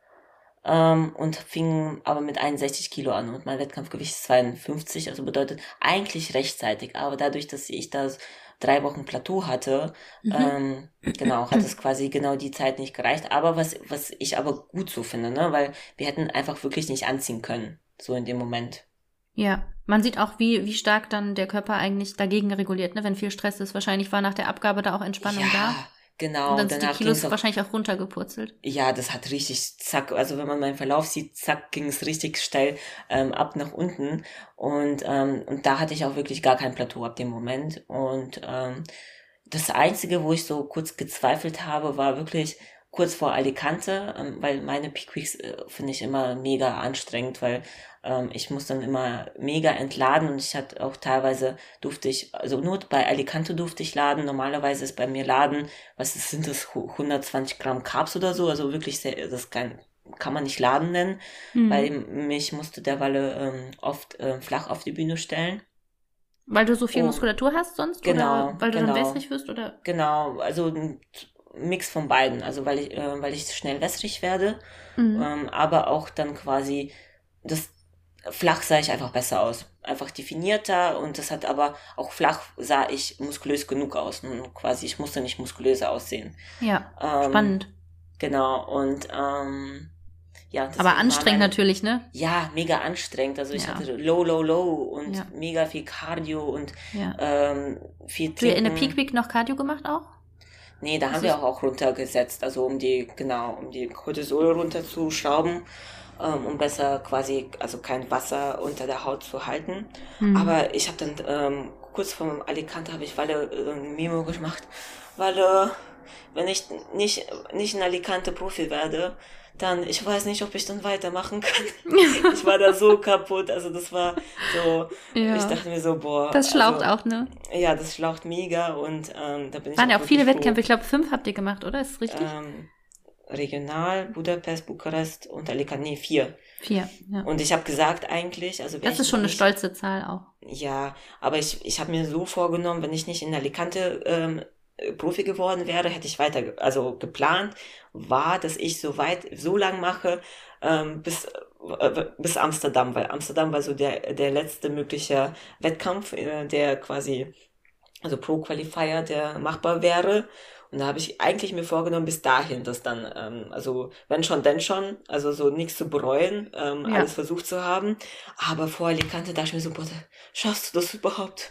ähm, und fing aber mit einundsechzig Kilo an und mein Wettkampfgewicht ist zweiundfünfzig, also bedeutet eigentlich rechtzeitig, aber dadurch, dass ich da drei Wochen Plateau hatte, Mhm. ähm, genau, hat es quasi genau die Zeit nicht gereicht, aber was, was ich aber gut so finde, ne, weil wir hätten einfach wirklich nicht anziehen können, so in dem Moment. Ja, man sieht auch, wie, wie stark dann der Körper eigentlich dagegen reguliert, ne? Wenn viel Stress ist. Wahrscheinlich war nach der Abgabe da auch Entspannung Ja, da. genau, Und dann sind die danach Kilos ging's auch, wahrscheinlich auch runtergepurzelt. ja, das hat richtig, zack, also wenn man meinen Verlauf sieht, zack, ging es richtig steil ähm, ab nach unten und ähm, und da hatte ich auch wirklich gar kein Plateau ab dem Moment und ähm, das Einzige, wo ich so kurz gezweifelt habe, war wirklich kurz vor Alicante, ähm, weil meine Peak Weeks äh, finde ich immer mega anstrengend, weil ähm, ich muss dann immer mega entladen und ich hatte auch teilweise durfte ich, also nur bei Alicante durfte ich laden, normalerweise ist bei mir Laden, was ist, sind das, hundertzwanzig Gramm Carbs oder so, also wirklich sehr, das kann, kann man nicht Laden nennen, Mhm. weil mich musste der Walle ähm, oft äh, flach auf die Bühne stellen. Weil du so viel Oh, Muskulatur hast sonst? genau, Oder weil du dann genau. wässrig wirst? Oder? Genau, also ein Mix von beiden. Also weil ich, äh, weil ich schnell wässrig werde, Mhm. ähm, aber auch dann quasi das flach sah ich einfach besser aus. Einfach definierter und das hat aber auch flach sah ich muskulös genug aus. Und quasi, ich musste nicht muskulöser aussehen. Ja, Ähm, spannend. Genau, und ähm, ja, deswegen Aber war anstrengend meine- natürlich, ne? Ja, mega anstrengend. Also ich Ja. hatte low, low, low und Ja. mega viel Cardio und Ja. ähm, viel Hast du in der Trinken. Peak Week noch Cardio gemacht auch? Nee, da Das haben wir ist- auch, auch runtergesetzt, also um die, genau, um die Cortisol runterzuschrauben, ähm, um besser quasi, also kein Wasser unter der Haut zu halten. Mhm. Aber ich habe dann, ähm, kurz vor Alicante habe ich Walle äh, ein Memo gemacht, weil äh, wenn ich nicht, nicht in Alicante Profi werde, dann, ich weiß nicht, ob ich dann weitermachen kann. Ich war da so kaputt, also das war so, Ja. ich dachte mir so, boah. Das schlaucht also, auch, ne? Ja, das schlaucht mega und ähm, da bin ich Waren ja auch viele wirklich froh. Wettkämpfe. Ich glaube, fünf habt ihr gemacht, oder? Ist das richtig? Ähm, regional, Budapest, Bukarest und Alicante, nee, vier. Vier, ja. Und ich habe gesagt eigentlich, also wär Das ich ist schon eine nicht, stolze Zahl auch. Ja, aber ich, ich habe mir so vorgenommen, wenn ich nicht in Alicante ähm, Profi geworden wäre, hätte ich weiter, ge- also geplant war, dass ich so weit, so lang mache, ähm, bis, äh, bis Amsterdam, weil Amsterdam war so der, der letzte mögliche Wettkampf, äh, der quasi, also Pro-Qualifier, der machbar wäre. Und da habe ich eigentlich mir vorgenommen, bis dahin, das dann, ähm, also wenn schon, denn schon, also so nichts zu bereuen, ähm, Ja. alles versucht zu haben. Aber vor Alicante dachte ich mir so, boah, schaffst du das überhaupt?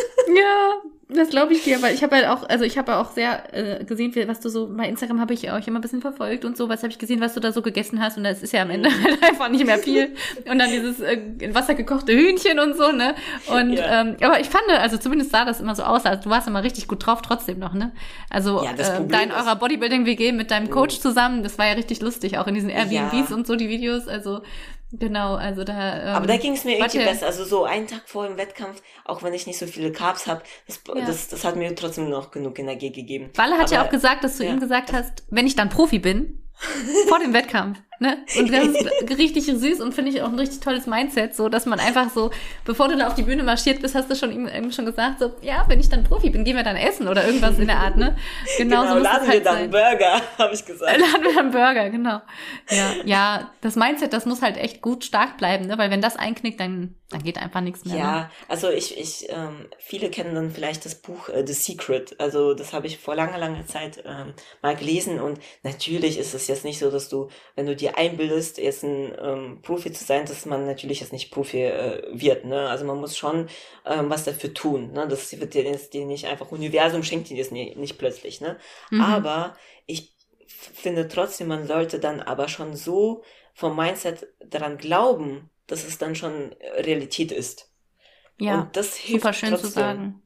Ja, das glaube ich dir, weil ich habe halt auch, also ich habe auch sehr äh, gesehen, wie- was du so, bei Instagram habe ich euch immer ein bisschen verfolgt und so, was habe ich gesehen, was du da so gegessen hast und das ist ja am Ende halt einfach nicht mehr viel und dann dieses äh, in Wasser gekochte Hühnchen und so, ne? Und Ja. ähm, aber ich fand, also zumindest sah das immer so aus, also du warst immer richtig gut drauf trotzdem noch, ne? Also Ja, das äh, Problem da in ist- eurer Bodybuilding-W G mit deinem Coach zusammen, das war ja richtig lustig, auch in diesen Airbnbs Ja. und so die Videos, also Genau, also da... Ähm, Aber da ging es mir irgendwie warte. besser. Also so einen Tag vor dem Wettkampf, auch wenn ich nicht so viele Carbs habe, das, Ja. das, das hat mir trotzdem noch genug Energie gegeben. Walle hat ja Aber- auch gesagt, dass du ja. ihm gesagt hast, wenn ich dann Profi bin, vor dem Wettkampf, ne? Und das ist richtig süß und finde ich auch ein richtig tolles Mindset, so, dass man einfach so, bevor du da auf die Bühne marschiert bist, hast du schon ihm irgendwie schon gesagt, so, ja, wenn ich dann Profi bin, gehen wir dann essen oder irgendwas in der Art, ne? Genau, Genau, so muss laden es wir halt dann sein. Burger, habe ich gesagt. Laden wir dann Burger, genau. Ja, ja, das Mindset, das muss halt echt gut stark bleiben, ne? Weil wenn das einknickt, dann, dann geht einfach nichts mehr. Ne? Ja, also ich, ich, ähm, viele kennen dann vielleicht das Buch äh, The Secret. Also das habe ich vor langer, langer Zeit ähm, mal gelesen und natürlich ist es jetzt nicht so, dass du, wenn du dir einbildest, jetzt ein ähm, Profi zu sein, dass man natürlich jetzt nicht Profi äh, wird. Ne? Also man muss schon ähm, was dafür tun. Ne? Das wird dir jetzt dir nicht einfach Universum schenkt dir das nicht, nicht plötzlich. Ne? Mhm. Aber ich f- finde trotzdem, man sollte dann aber schon so vom Mindset daran glauben, dass es dann schon äh, Realität ist. Ja, Und das hilft super schön trotzdem. zu sagen.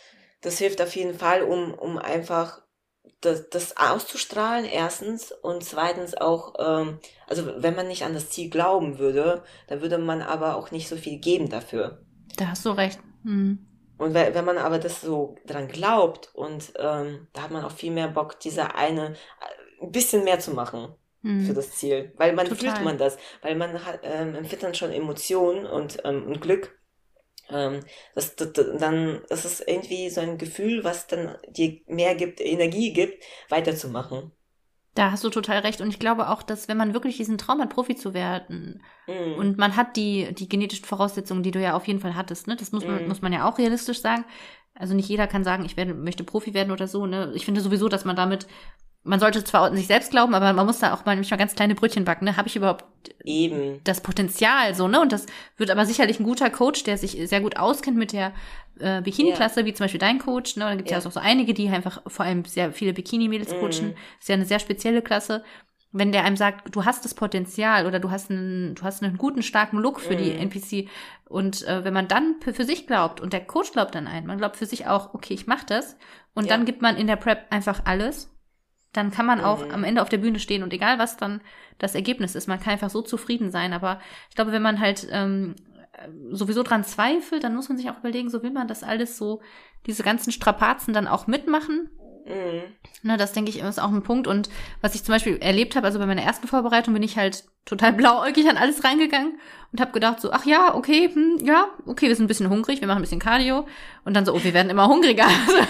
Das hilft auf jeden Fall, um, um einfach das, das auszustrahlen, erstens. Und zweitens auch, ähm, also wenn man nicht an das Ziel glauben würde, dann würde man aber auch nicht so viel geben dafür. Da hast du recht. Mhm. Und we- wenn man aber das so dran glaubt und ähm, da hat man auch viel mehr Bock, diese eine, äh, ein bisschen mehr zu machen für Mhm. das Ziel. Weil man Total. fühlt man das, weil man hat, ähm, empfindet dann schon Emotionen und, ähm, und Glück. Ähm, das, das, das, dann, das ist irgendwie so ein Gefühl, was dann dir mehr gibt, Energie gibt, weiterzumachen. Da hast du total recht. Und ich glaube auch, dass wenn man wirklich diesen Traum hat, Profi zu werden, Mm. und man hat die, die genetischen Voraussetzungen, die du ja auf jeden Fall hattest, ne? Das muss man, Mhm. muss man ja auch realistisch sagen. Also nicht jeder kann sagen, ich werde, möchte Profi werden oder so, ne? Ich finde sowieso, dass man damit, man sollte zwar an sich selbst glauben, aber man muss da auch manchmal ganz kleine Brötchen backen, ne? Habe ich überhaupt Eben. das Potenzial, so, ne? Und das wird aber sicherlich ein guter Coach, der sich sehr gut auskennt mit der äh, Bikini-Klasse, wie zum Beispiel dein Coach, ne? Da gibt es ja. Ja. auch so einige, die einfach vor allem sehr viele Bikini-Mädels Mhm. coachen. Ist ja eine sehr spezielle Klasse. Wenn der einem sagt, du hast das Potenzial oder du hast einen, du hast einen guten, starken Look für die Mhm. N P C und äh, wenn man dann für, für sich glaubt und der Coach glaubt an einen, man glaubt für sich auch, okay, ich mach das und Ja. dann gibt man in der Prep einfach alles, dann kann man auch Mhm. am Ende auf der Bühne stehen und egal was dann das Ergebnis ist, man kann einfach so zufrieden sein, aber ich glaube, wenn man halt ähm, sowieso dran zweifelt, dann muss man sich auch überlegen, so will man das alles so, diese ganzen Strapazen dann auch mitmachen. Mhm. Ne, das denke ich ist auch ein Punkt. Und was ich zum Beispiel erlebt habe, also bei meiner ersten Vorbereitung bin ich halt total blauäugig an alles reingegangen und habe gedacht so, ach ja, okay, hm, ja, okay, wir sind ein bisschen hungrig, wir machen ein bisschen Cardio. Und dann so, oh, wir werden immer hungriger.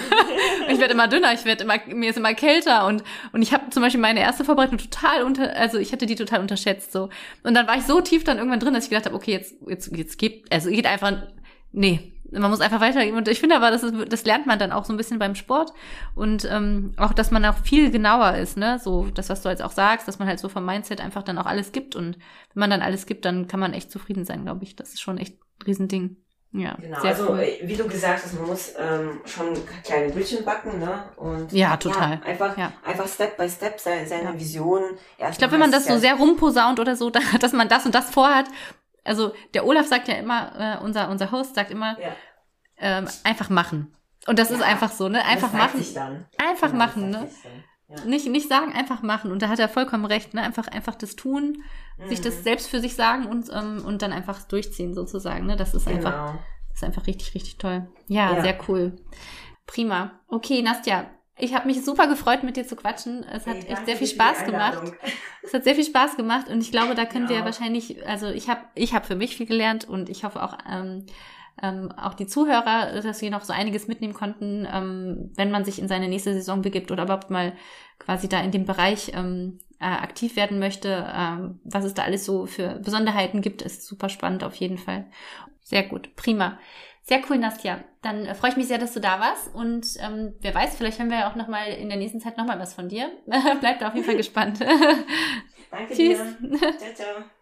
Und ich werde immer dünner, ich werde immer, mir ist immer kälter. Und und ich habe zum Beispiel meine erste Vorbereitung total unter, also ich hatte die total unterschätzt so. Und dann war ich so tief dann irgendwann drin, dass ich gedacht habe, okay, jetzt jetzt jetzt geht, also geht einfach, nee. Man muss einfach weitergehen. Und ich finde aber, das, ist, das lernt man dann auch so ein bisschen beim Sport. Und ähm, auch, dass man auch viel genauer ist, ne? So, das, was du jetzt auch sagst, dass man halt so vom Mindset einfach dann auch alles gibt. Und wenn man dann alles gibt, dann kann man echt zufrieden sein, glaube ich. Das ist schon echt ein Riesending. Ja, Genau, sehr also cool. äh, wie du gesagt hast, man muss ähm, schon kleine Brötchen backen, ne? Und Ja, total. Ja, einfach, Ja. einfach Step by Step seine, seine Ja. Vision. Ich glaube, wenn man das so sehr rumposaunt oder so, dass man das und das vorhat. Also der Olaf sagt ja immer, äh, unser unser Host sagt immer, Ja. ähm, einfach machen. Und das Ja. ist einfach so, ne? Einfach Das zeigt machen. sich dann. Einfach Genau, machen, das ne? zeigt sich dann. Ja. Nicht, nicht sagen, einfach machen. Und da hat er vollkommen recht, ne? Einfach, einfach das tun, sich das Mhm. selbst für sich sagen und, ähm, und dann einfach durchziehen sozusagen, ne? Das ist einfach, Genau. das ist einfach richtig, richtig toll. Ja, Ja. sehr cool. Prima. Okay, Nastja, ich habe mich super gefreut, mit dir zu quatschen. Es hat Hey, echt danke sehr viel für die Spaß gemacht. Einladung. Es hat sehr viel Spaß gemacht und ich glaube, da können wir Ja. wahrscheinlich, also ich habe ich hab für mich viel gelernt und ich hoffe auch, ähm, ähm, auch die Zuhörer, dass wir noch so einiges mitnehmen konnten, ähm, wenn man sich in seine nächste Saison begibt oder überhaupt mal quasi da in dem Bereich ähm, äh, aktiv werden möchte. Ähm, was es da alles so für Besonderheiten gibt, ist super spannend auf jeden Fall. Sehr gut, prima. Sehr cool, Nastja. Dann äh, freue ich mich sehr, dass du da warst und ähm, wer weiß, vielleicht hören wir ja auch noch mal in der nächsten Zeit noch mal was von dir. Bleibt auf jeden Fall gespannt. Danke Tschüss. dir. Ciao, ciao.